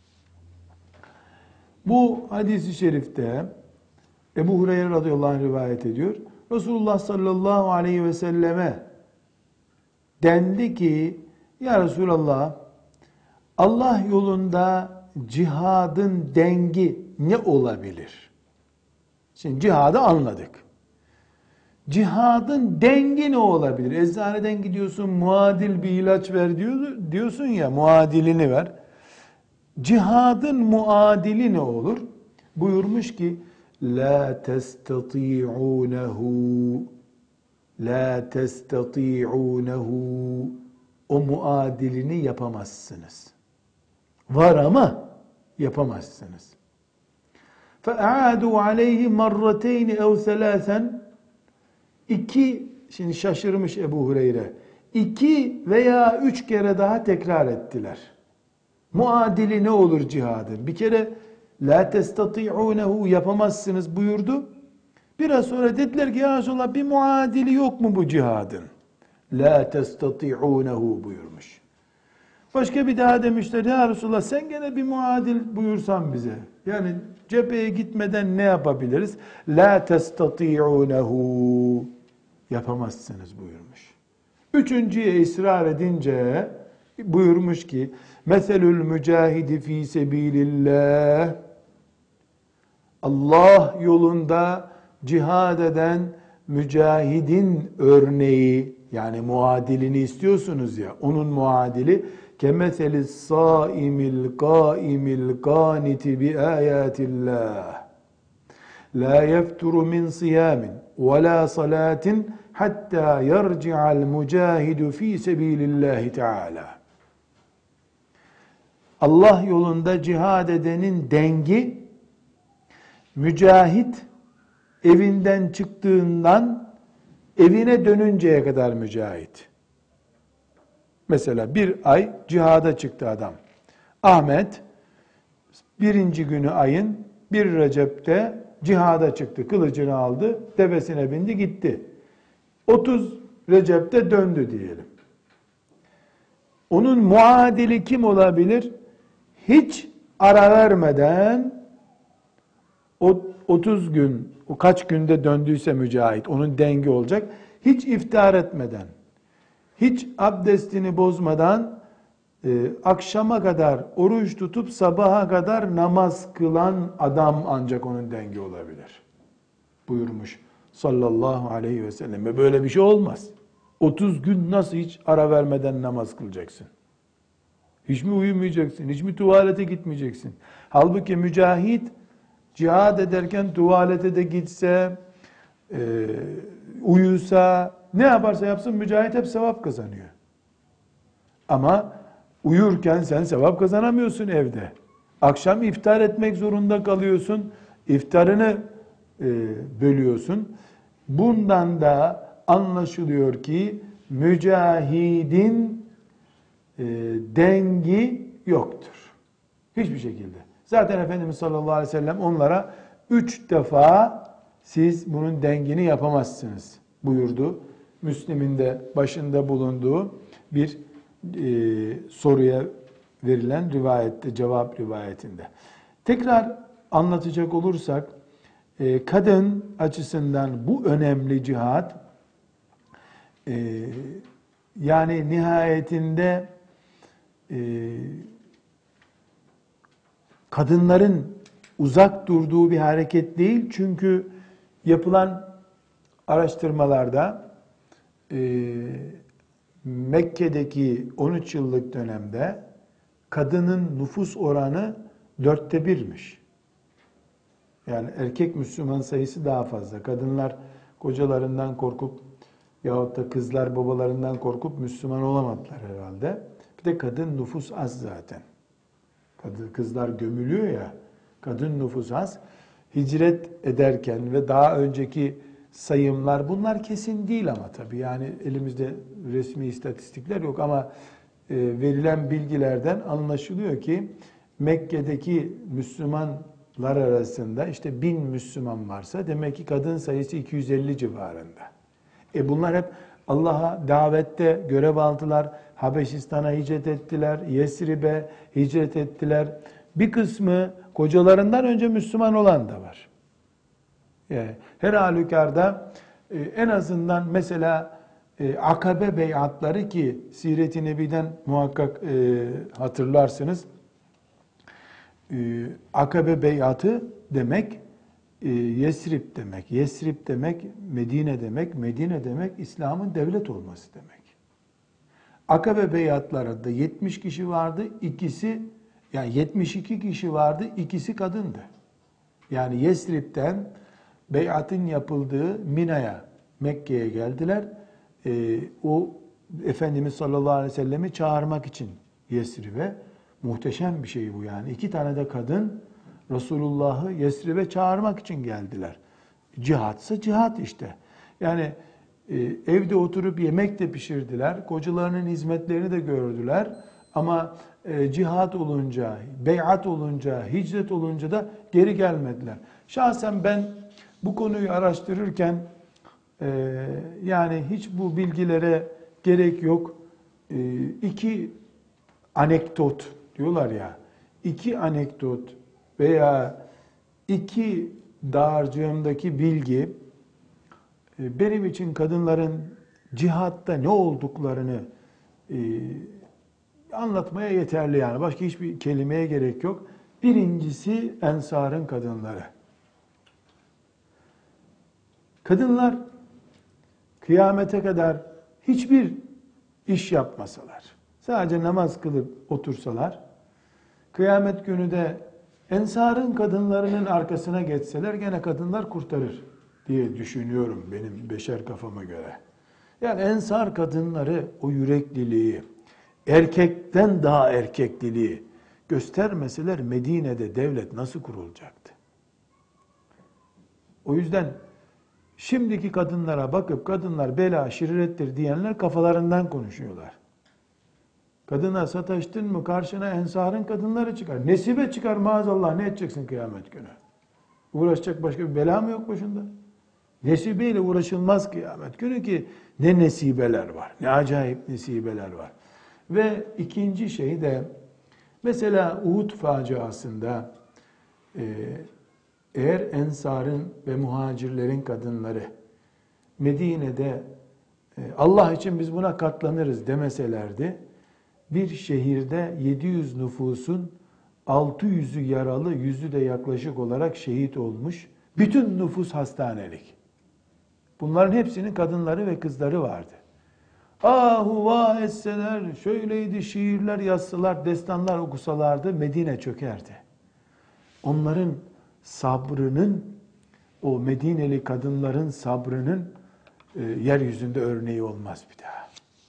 Bu hadisi şerifte Ebu Hureyre radıyallahu anh rivayet ediyor. Resulullah sallallahu aleyhi ve selleme dendi ki, ya Resulallah, Allah yolunda cihadın dengi ne olabilir? Şimdi cihadı anladık. Cihadın dengi ne olabilir? Eczaneden gidiyorsun, muadil bir ilaç ver diyorsun ya, muadilini ver. Cihadın muadili ne olur? Buyurmuş ki, la testati'unehu, la testati'unehu, o muadilini yapamazsınız. Var ama yapamazsınız. فَاَعَادُوا عَلَيْهِ مَرَّتَيْنِ اَوْ ثَلَاثًا, şimdi şaşırmış Ebu Hureyre, 2 veya 3 kere daha tekrar ettiler. Muadili ne olur cihadın? Bir kere la testati'unehu yapamazsınız buyurdu. Biraz sonra dediler ki ya Resulallah bir muadili yok mu bu cihadın? La testati'unehu buyurmuş. Başka bir daha demişler ya Resulallah sen gene bir muadil buyursan bize. Yani cepheye gitmeden ne yapabiliriz? La testati'unehu yapamazsınız buyurmuş. Üçüncüye ısrar edince buyurmuş ki meselül mücahidi fi sebilillah Allah yolunda cihad eden mücahidin örneği yani muadilini istiyorsunuz ya onun muadili kemeselis saimil kaimil kaniti bi ayatillah la yefturu min siyamin ve la salatin hatta yerci'al mücahidu fi sebilillahi teala. Allah yolunda cihad edenin dengi mücahit evinden çıktığından evine dönünceye kadar mücahit. Mesela bir ay cihada çıktı adam. Ahmet birinci günü ayın 1 Recep'te cihada çıktı. Kılıcını aldı, devesine bindi gitti. 30 Recep'te döndü diyelim. Onun muadili kim olabilir? Hiç ara vermeden o 30 gün, o kaç günde döndüyse mücahit, onun dengi olacak. Hiç iftar etmeden, hiç abdestini bozmadan, akşama kadar oruç tutup sabaha kadar namaz kılan adam ancak onun dengi olabilir. Buyurmuş sallallahu aleyhi ve sellem. Ve böyle bir şey olmaz. 30 gün nasıl hiç ara vermeden namaz kılacaksın? Hiç mi uyumayacaksın? Hiç mi tuvalete gitmeyeceksin? Halbuki mücahit cihad ederken tuvalete de gitse, uyusa, ne yaparsa yapsın mücahit hep sevap kazanıyor. Ama uyurken sen sevap kazanamıyorsun evde. Akşam iftar etmek zorunda kalıyorsun. İftarını bölüyorsun. Bundan da anlaşılıyor ki mücahidin dengi yoktur. Hiçbir şekilde. Zaten Efendimiz sallallahu aleyhi ve sellem onlara 3 defa siz bunun dengini yapamazsınız buyurdu. Müslim'in de başında bulunduğu bir soruya verilen rivayette, cevap rivayetinde. Tekrar anlatacak olursak, kadın açısından bu önemli cihat, yani nihayetinde kadınların uzak durduğu bir hareket değil. Çünkü yapılan araştırmalarda Mekke'deki 13 yıllık dönemde kadının nüfus oranı 1/4'miş. Yani erkek Müslüman sayısı daha fazla. Kadınlar kocalarından korkup yahut da kızlar babalarından korkup Müslüman olamadılar herhalde. Bir de kadın nüfus az zaten. Kızlar gömülüyor ya, kadın nüfus az. Hicret ederken ve daha önceki sayımlar, bunlar kesin değil ama tabii yani elimizde resmi istatistikler yok ama verilen bilgilerden anlaşılıyor ki Mekke'deki Müslümanlar arasında işte 1000 Müslüman varsa demek ki kadın sayısı 250 civarında. Bunlar hep Allah'a davette görev aldılar. Habeşistan'a hicret ettiler. Yesrib'e hicret ettiler. Bir kısmı kocalarından önce Müslüman olan da var. Yani her halükarda en azından mesela Akabe beyatları ki Siret-i Nebi'den muhakkak hatırlarsınız. Akabe beyatı demek Yesrib demek. Yesrib demek Medine demek. Medine demek İslam'ın devlet olması demek. Akabe beyatlarında 70 kişi vardı. İkisi yani 72 kişi vardı. İkisi kadındı. Yani Yesrib'den beyatın yapıldığı Mina'ya, Mekke'ye geldiler. O Efendimiz sallallahu aleyhi ve sellemi çağırmak için Yesrib'e. Muhteşem bir şey bu yani. 2 tane de kadın Resulullah'ı Yesrib'e çağırmak için geldiler. Cihatsa cihat işte. Yani evde oturup yemek de pişirdiler. Kocalarının hizmetlerini de gördüler. Ama cihat olunca, beyat olunca, hicret olunca da geri gelmediler. Şahsen ben bu konuyu araştırırken yani hiç bu bilgilere gerek yok. İki anekdot diyorlar ya, iki anekdot veya iki dağarcığımdaki bilgi benim için kadınların cihatta ne olduklarını anlatmaya yeterli yani. Başka hiçbir kelimeye gerek yok. Birincisi Ensar'ın kadınları. Kadınlar kıyamete kadar hiçbir iş yapmasalar, sadece namaz kılıp otursalar, kıyamet günü de Ensar'ın kadınlarının arkasına geçseler gene kadınlar kurtarır diye düşünüyorum benim beşer kafama göre. Yani Ensar kadınları o yürekliliği, erkekten daha erkekliliği göstermeseler Medine'de devlet nasıl kurulacaktı? O yüzden şimdiki kadınlara bakıp kadınlar bela şirrettir diyenler kafalarından konuşuyorlar. Kadına sataştın mı karşına Ensar'ın kadınları çıkar. Nesibe çıkar maazallah, ne edeceksin kıyamet günü? Uğraşacak başka bir bela mı yok başında? Nesibeyle uğraşılmaz kıyamet günü ki ne nesibeler var, ne acayip nesibeler var. Ve ikinci şey de mesela Uhud faciasında eğer Ensar'ın ve muhacirlerin kadınları Medine'de Allah için biz buna katlanırız demeselerdi, bir şehirde 700 nüfusun 600'ü yaralı, 100'ü de yaklaşık olarak şehit olmuş. Bütün nüfus hastanelik. Bunların hepsinin kadınları ve kızları vardı. Ahu vah etseler, şöyleydi, şiirler yazsalar, destanlar okusalardı Medine çökerdi. Onların sabrının, o Medineli kadınların sabrının yeryüzünde örneği olmaz bir daha.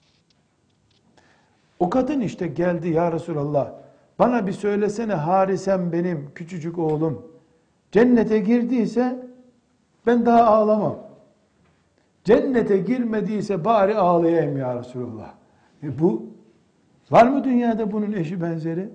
O kadın işte geldi, ya Resulallah bana bir söylesene, Harisem benim küçücük oğlum cennete girdiyse ben daha ağlamam. Cennete girmediyse bari ağlayayım ya Resulallah. Bu var mı dünyada bunun eşi benzeri?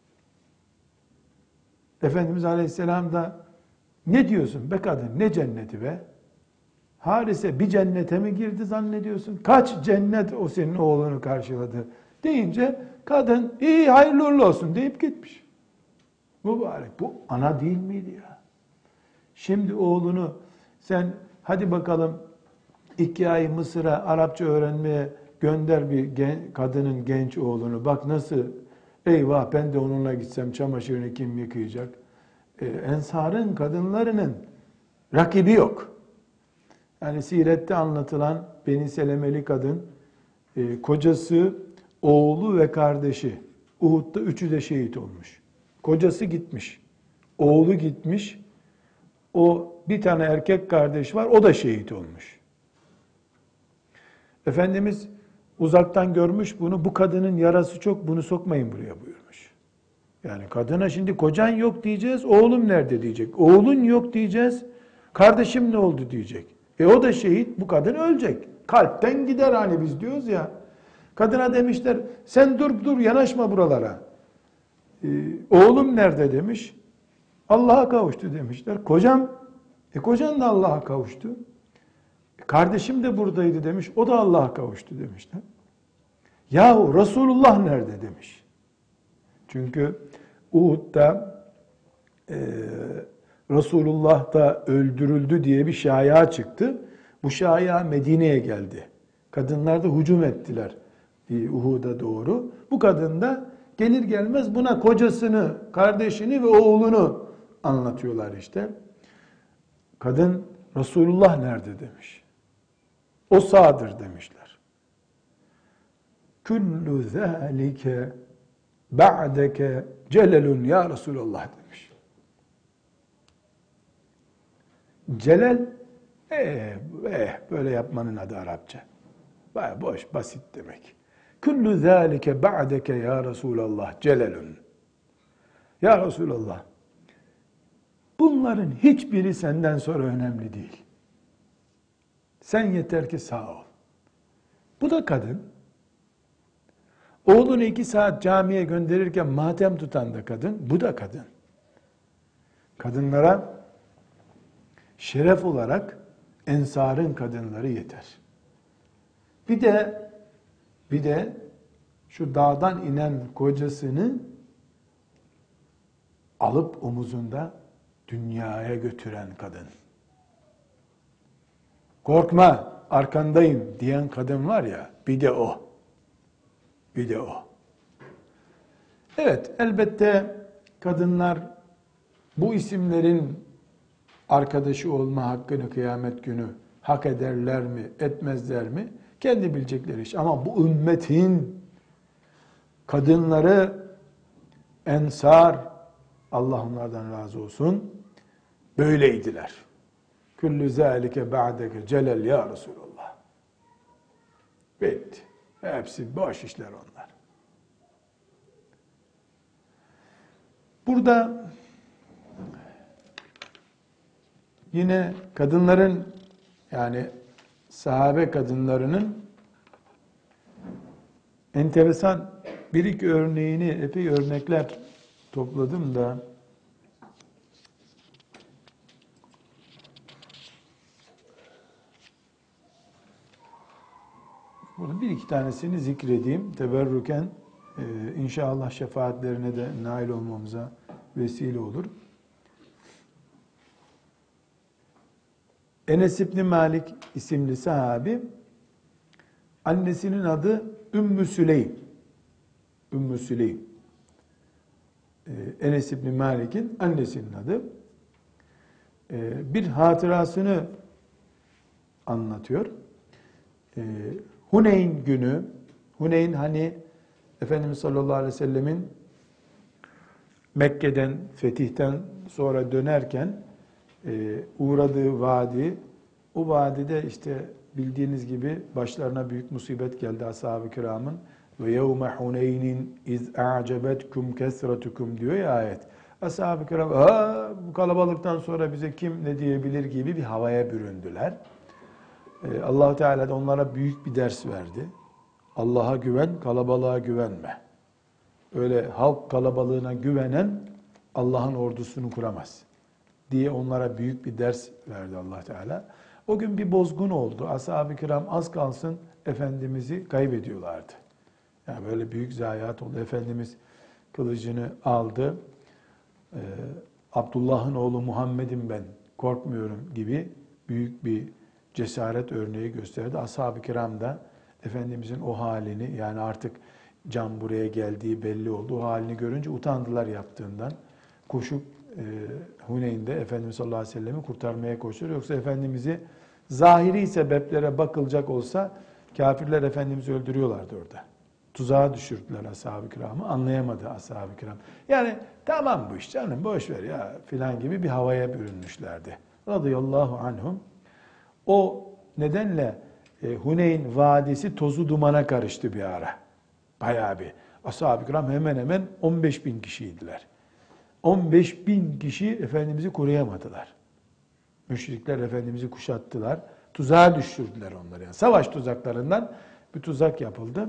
Efendimiz Aleyhisselam da ne diyorsun be kadın, ne cenneti be? Harise bir cennete mi girdi zannediyorsun? Kaç cennet o senin oğlunu karşıladı deyince kadın iyi hayırlı uğurlu olsun deyip gitmiş. Mübarek, bu ana değil miydi ya? Şimdi oğlunu sen hadi bakalım 2 ay Mısır'a Arapça öğrenmeye gönder bir kadının genç oğlunu. Bak nasıl, eyvah ben de onunla gitsem çamaşırını kim yıkayacak? Ensar'ın kadınlarının rakibi yok. Yani sirette anlatılan Beni Selemeli kadın, kocası, oğlu ve kardeşi Uhud'da üçü de şehit olmuş. Kocası gitmiş, oğlu gitmiş, o bir tane erkek kardeş var, o da şehit olmuş. Efendimiz uzaktan görmüş bunu, bu kadının yarası çok, bunu sokmayın buraya buyurmuş. Yani kadına şimdi kocan yok diyeceğiz, oğlum nerede diyecek. Oğlun yok diyeceğiz, kardeşim ne oldu diyecek. O da şehit, bu kadın ölecek. Kalpten gider hani biz diyoruz ya. Kadına demişler, sen dur yanaşma buralara. Oğlum nerede demiş. Allah'a kavuştu demişler. Kocam, kocan da Allah'a kavuştu. Kardeşim de buradaydı demiş, o da Allah'a kavuştu demişler. Yahu Resulullah nerede demiş. Çünkü Uhud'da Resulullah da öldürüldü diye bir şaya çıktı. Bu şaya Medine'ye geldi. Kadınlar da hücum ettiler Uhud'a doğru. Bu kadın da gelir gelmez buna kocasını, kardeşini ve oğlunu anlatıyorlar işte. Kadın Resulullah nerede demiş. O sağdır demişler. Kullu zâlike ba'deke celelun ya Resulallah demiş. Celal, böyle yapmanın adı Arapça. Baya boş, basit demek. Kullu zâlike ba'deke ya Resulallah celelun. Ya Resulallah, bunların hiçbiri senden sonra önemli değil. Sen yeter ki sağ ol. Bu da kadın. Oğlunu 2 saat camiye gönderirken matem tutan da kadın, bu da kadın. Kadınlara şeref olarak Ensar'ın kadınları yeter. Bir de şu dağdan inen kocasını alıp omuzunda dünyaya götüren kadın. Korkma, arkandayım diyen kadın var ya, bir de o. Bir de o. Evet, elbette kadınlar bu isimlerin arkadaşı olma hakkını kıyamet günü hak ederler mi, etmezler mi? Kendi bilecekleri iş. Ama bu ümmetin kadınları, Ensar, Allah onlardan razı olsun, böyleydiler. Küllü zâlike ba'deke celal ya Resulallah. Bitti. Hepsi boş işler onlar. Burada yine kadınların, yani sahabe kadınlarının enteresan bir iki örneğini, epey örnekler topladım da burada bir iki tanesini zikredeyim. Teberrüken inşallah şefaatlerine de nail olmamıza vesile olur. Enes İbni Malik isimli sahabi, annesinin adı Ümmü Süleym. Ümmü Süleym. Enes İbni Malik'in annesinin adı. Bir hatırasını anlatıyor. Huneyn günü, Huneyn hani Efendimiz sallallahu aleyhi ve sellemin Mekke'den, fetihten sonra dönerken uğradığı vadi, o vadide işte bildiğiniz gibi başlarına büyük musibet geldi ashab-ı kiramın. Ve yevme Huneynin iz a'cebetkum kesretukum diyor ya ayet. Ashab-ı kiram bu kalabalıktan sonra bize kim ne diyebilir gibi bir havaya büründüler. Allah Teala da onlara büyük bir ders verdi. Allah'a güven, kalabalığa güvenme. Öyle halk kalabalığına güvenen Allah'ın ordusunu kuramaz diye onlara büyük bir ders verdi Allah Teala. O gün bir bozgun oldu. Ashab-ı kiram az kalsın Efendimiz'i kaybediyorlardı. Yani böyle büyük zayiat oldu. Efendimiz kılıcını aldı. Abdullah'ın oğlu Muhammed'im ben, korkmuyorum gibi büyük bir cesaret örneği gösterdi. Ashab-ı kiram da Efendimizin o halini, yani artık can buraya geldiği belli oldu, o halini görünce utandılar yaptığından. Koşup Huneyn'de Efendimiz sallallahu aleyhi ve sellem'i kurtarmaya koşuyor. Yoksa Efendimiz'i zahiri sebeplere bakılacak olsa kafirler Efendimiz'i öldürüyorlardı orada. Tuzağa düşürdüler ashab-ı kiramı. Anlayamadı ashab-ı kiram. Yani tamam bu iş canım, boş ver ya filan gibi bir havaya bürünmüşlerdi. Radıyallahu anhum. O nedenle Huneyn Vadisi tozu dumana karıştı bir ara. Bayağı bir. Ashab-ı kiram hemen hemen 15 bin kişiydiler. 15 bin kişi Efendimiz'i koruyamadılar. Müşrikler Efendimiz'i kuşattılar. Tuzağa düşürdüler onları. Yani savaş tuzaklarından bir tuzak yapıldı.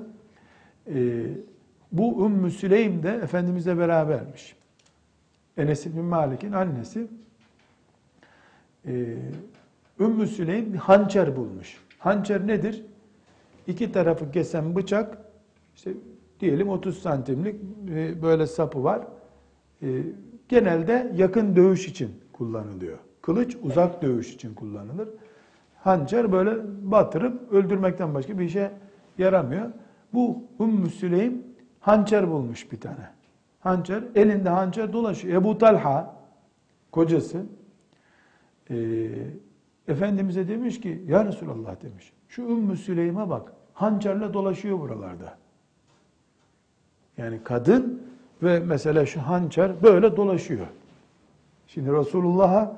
Bu Ümmü Süleym de Efendimiz'le berabermiş. Enes bin Malik'in annesi. Ümmü Süleym bir hançer bulmuş. Hançer nedir? İki tarafı kesen bıçak, işte diyelim 30 santimlik böyle sapı var. Genelde yakın dövüş için kullanılıyor. Kılıç uzak dövüş için kullanılır. Hançer böyle batırıp öldürmekten başka bir işe yaramıyor. Bu Ümmü Süleym hançer bulmuş bir tane. Hançer, elinde hançer dolaşıyor. Ebu Talha, kocası, Efendimiz'e demiş ki, ya Resulallah demiş, şu Ümmü Süleym'e bak, hançerle dolaşıyor buralarda. Yani kadın ve mesela şu hançer böyle dolaşıyor. Şimdi Resulullah'a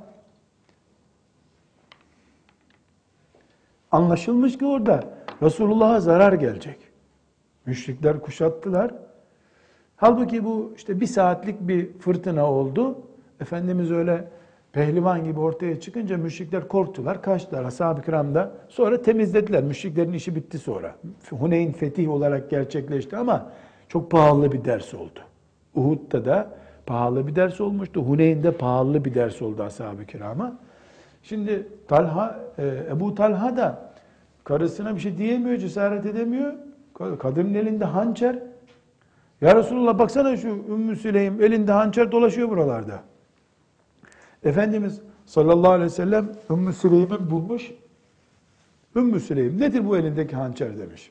anlaşılmış ki orada Resulullah'a zarar gelecek. Müşrikler kuşattılar. Halbuki bu işte bir saatlik bir fırtına oldu. Efendimiz öyle pehlivan gibi ortaya çıkınca müşrikler korktular, kaçtılar. Ashab-ı kiram da sonra temizlediler. Müşriklerin işi bitti sonra. Huneyn fetih olarak gerçekleşti ama çok pahalı bir ders oldu. Uhud'da da pahalı bir ders olmuştu. Huneyn'de pahalı bir ders oldu ashab-ı kirama. Şimdi Ebu Talha da karısına bir şey diyemiyor, cesaret edemiyor. Kadının elinde hançer. Ya Resulullah baksana şu Ümmü Süleym elinde hançer dolaşıyor buralarda. Efendimiz sallallahu aleyhi ve sellem Ümmü Süleym'i bulmuş. Ümmü Süleym nedir bu elindeki hançer demiş.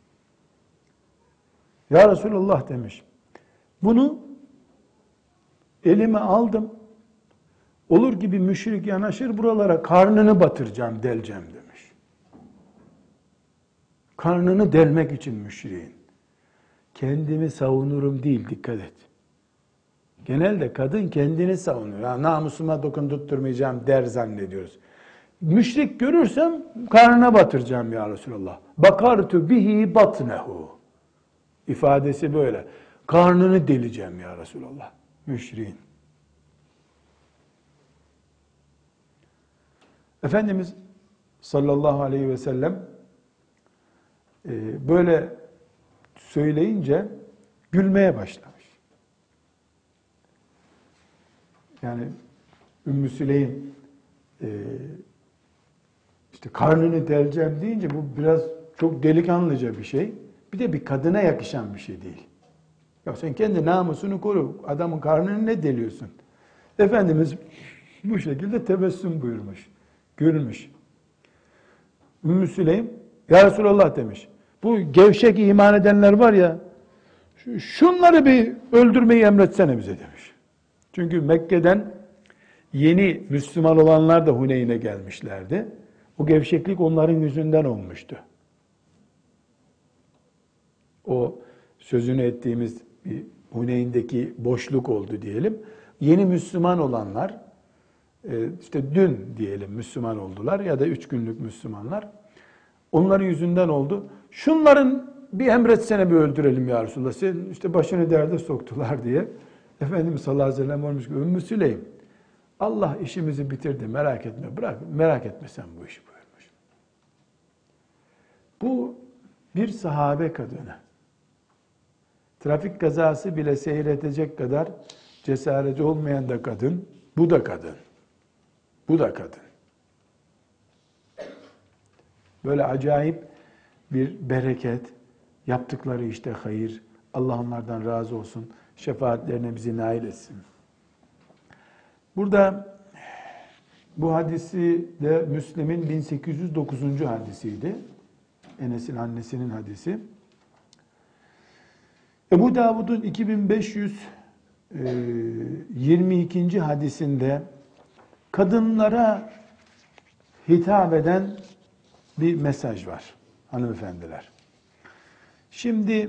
Ya Resulullah demiş. Bunu elime aldım. Olur gibi müşrik yanaşır buralara karnını batıracağım, deleceğim demiş. Karnını delmek için müşriğin. Kendimi savunurum değil, dikkat et. Genelde kadın kendini savunuyor. Ya, namusuma dokundurtmayacağım der zannediyoruz. Müşrik görürsem karnına batıracağım ya Resulallah. Bakartu bihi batnehu. İfadesi böyle. Karnını deleceğim ya Resulallah. Müşriğin. Efendimiz sallallahu aleyhi ve sellem böyle söyleyince gülmeye başlamış. Yani Ümmü Süleym işte karnını deleceğim deyince bu biraz çok delikanlıca bir şey. Bir de bir kadına yakışan bir şey değil. Ya sen kendi namusunu koru. Adamın karnını ne deliyorsun? Efendimiz bu şekilde tebessüm buyurmuş. Gülmüş. Ümmü Süleym, ya Resulallah demiş. Bu gevşek iman edenler var ya, şunları bir öldürmeyi emretsene bize demiş. Çünkü Mekke'den yeni Müslüman olanlar da Huneyn'e gelmişlerdi. O gevşeklik onların yüzünden olmuştu. O sözünü ettiğimiz bir Huneyn'deki boşluk oldu diyelim. Yeni Müslüman olanlar, işte dün diyelim Müslüman oldular ya da 3 günlük Müslümanlar. Onların yüzünden oldu. Şunların bir emretsene bir öldürelim ya Resulallah. Sen işte başını derde soktular diye. Efendimiz sallallahu aleyhi ve sellem olmuş ki Ümmü Süleym, Allah işimizi bitirdi merak etme. Bırak merak etme sen bu işi buyurmuş. Bu bir sahabe kadını. Trafik kazası bile seyredecek kadar cesareti olmayan da kadın. Bu da kadın. Bu da kadın. Böyle acayip bir bereket, yaptıkları işte hayır. Allah onlardan razı olsun. Şefaatlerine bizi nail etsin. Burada bu hadisi de Müslim'in 1809. hadisiydi. Enes'in annesinin hadisi. Ebu Davud'un 2522. hadisinde kadınlara hitap eden bir mesaj var hanımefendiler. Şimdi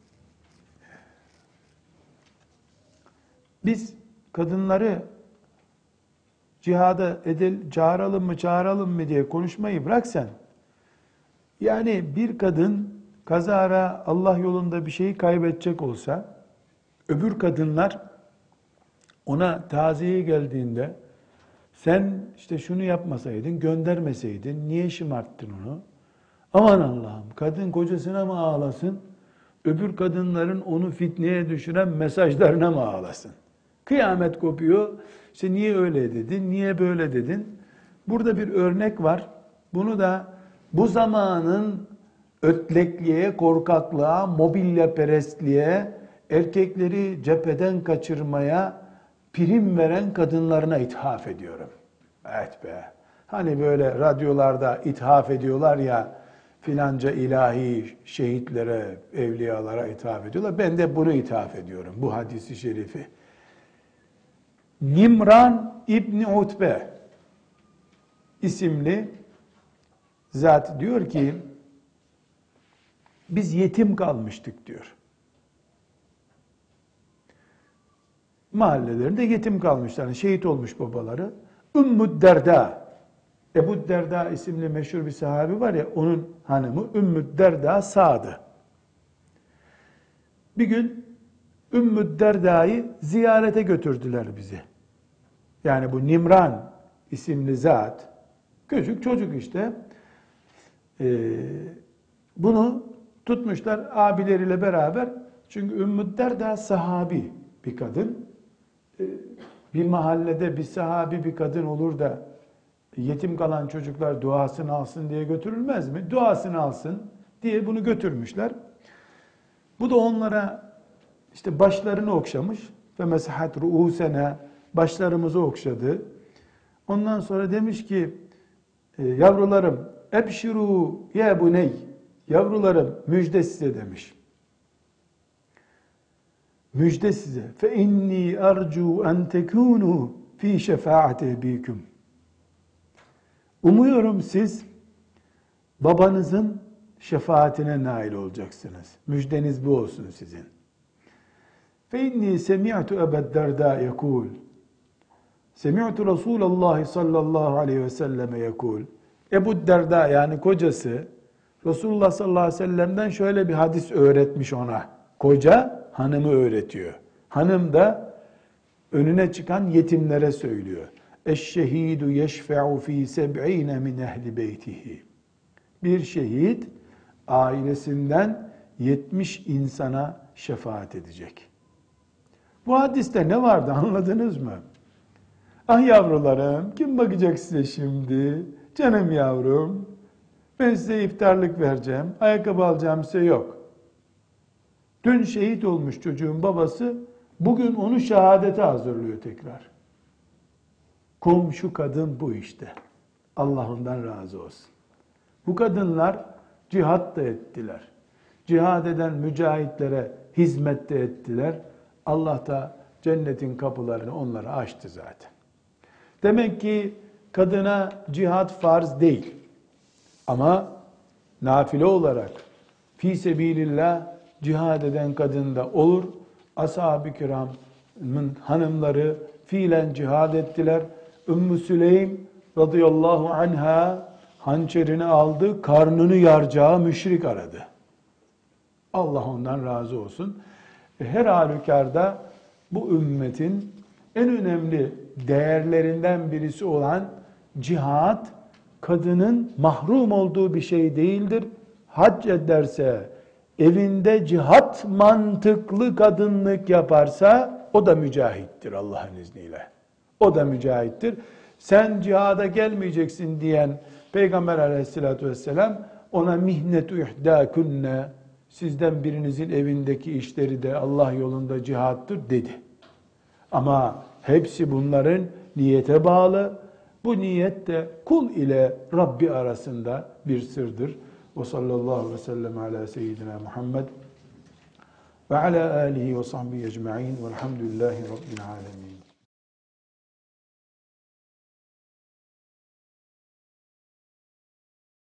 biz kadınları cihada çağıralım mı diye konuşmayı bırak sen. Yani bir kadın kazara Allah yolunda bir şeyi kaybedecek olsa, öbür kadınlar ona taziyeye geldiğinde sen işte şunu yapmasaydın, göndermeseydin, niye şımarttın onu? Aman Allah'ım, kadın kocasına mı ağlasın, öbür kadınların onu fitneye düşüren mesajlarına mı ağlasın? Kıyamet kopuyor, işte niye öyle dedin, niye böyle dedin? Burada bir örnek var. Bunu da bu zamanın ötlekliğe, korkaklığa, mobilyaperestliğe, erkekleri cepheden kaçırmaya prim veren kadınlarına ithaf ediyorum. Evet be. Hani böyle radyolarda ithaf ediyorlar ya, filanca ilahi şehitlere, evliyalara ithaf ediyorlar. Ben de bunu ithaf ediyorum, bu hadisi şerifi. Nimran İbni Utbe isimli zat diyor ki, biz yetim kalmıştık diyor. Mahallelerinde yetim kalmışlar. Şehit olmuş babaları. Ümmü Derda, Ebu Derda isimli meşhur bir sahabi var ya, onun hanımı Ümmü Derda sağdı. Bir gün Ümmü Derda'yı ziyarete götürdüler bizi. Yani bu Nimran isimli zat, küçük çocuk işte, bunu tutmuşlar abileriyle beraber. Çünkü Ümmü Derda sahabi bir kadın. Bir mahallede bir sahabi bir kadın olur da yetim kalan çocuklar duasını alsın diye götürülmez mi? Duasını alsın diye bunu götürmüşler. Bu da onlara işte başlarını okşamış ve mesahat ruusena, başlarımızı okşadı. Ondan sonra demiş ki yavrularım ebşiru ya buney, yavrularım müjde size demiş. Müjde size. Fe inni arju en tekunu fi şefaati ebikum. Umuyorum siz babanızın şefaatine nail olacaksınız. Müjdeniz bu olsun sizin. Fe inni semi'tu Ebu Derda yekul. Semi'tu Resulullah sallallahu aleyhi ve selleme yekul. Ebu Derda yani kocası Resulullah sallallahu aleyhi ve sellem'den şöyle bir hadis öğretmiş ona. Koca hanımı öğretiyor. Hanım da önüne çıkan yetimlere söylüyor. Eşşehidu yeşfe'u fi seb'ine min ehli beytihi. Bir şehit ailesinden 70 insana şefaat edecek. Bu hadiste ne vardı anladınız mı? Ah yavrularım, kim bakacak size şimdi? Canım yavrum, ben size iftarlık vereceğim, ayakkabı alacağım size yok. Dün şehit olmuş çocuğun babası, bugün onu şehadete hazırlıyor tekrar. Komşu kadın bu işte. Allah ondan razı olsun. Bu kadınlar cihat da ettiler. Cihad eden mücahitlere hizmet de ettiler. Allah da cennetin kapılarını onlara açtı zaten. Demek ki kadına cihat farz değil. Ama nafile olarak fi sebilillah cihad eden kadın da olur. Ashab-ı kiramın hanımları fiilen cihad ettiler. Ümmü Süleym radıyallahu anha hançerini aldı, karnını yaracağı müşrik aradı. Allah ondan razı olsun. Her halükarda bu ümmetin en önemli değerlerinden birisi olan cihat, kadının mahrum olduğu bir şey değildir. Hac ederse, evinde cihat mantıklı kadınlık yaparsa, o da mücahittir Allah'ın izniyle. O da mücahittir. Sen cihada gelmeyeceksin diyen Peygamber aleyhissalatü vesselam, ona mihnetu ihdâkünne, sizden birinizin evindeki işleri de Allah yolunda cihattır dedi. Ama hepsi bunların niyete bağlı. Bu niyet de kul ile Rabbi arasında bir sırdır. Ve sallallahu aleyhi ve sellem ala seyyidina Muhammed ve ala alihi ve sahbihi ecma'in velhamdülillahi rabbil alemin.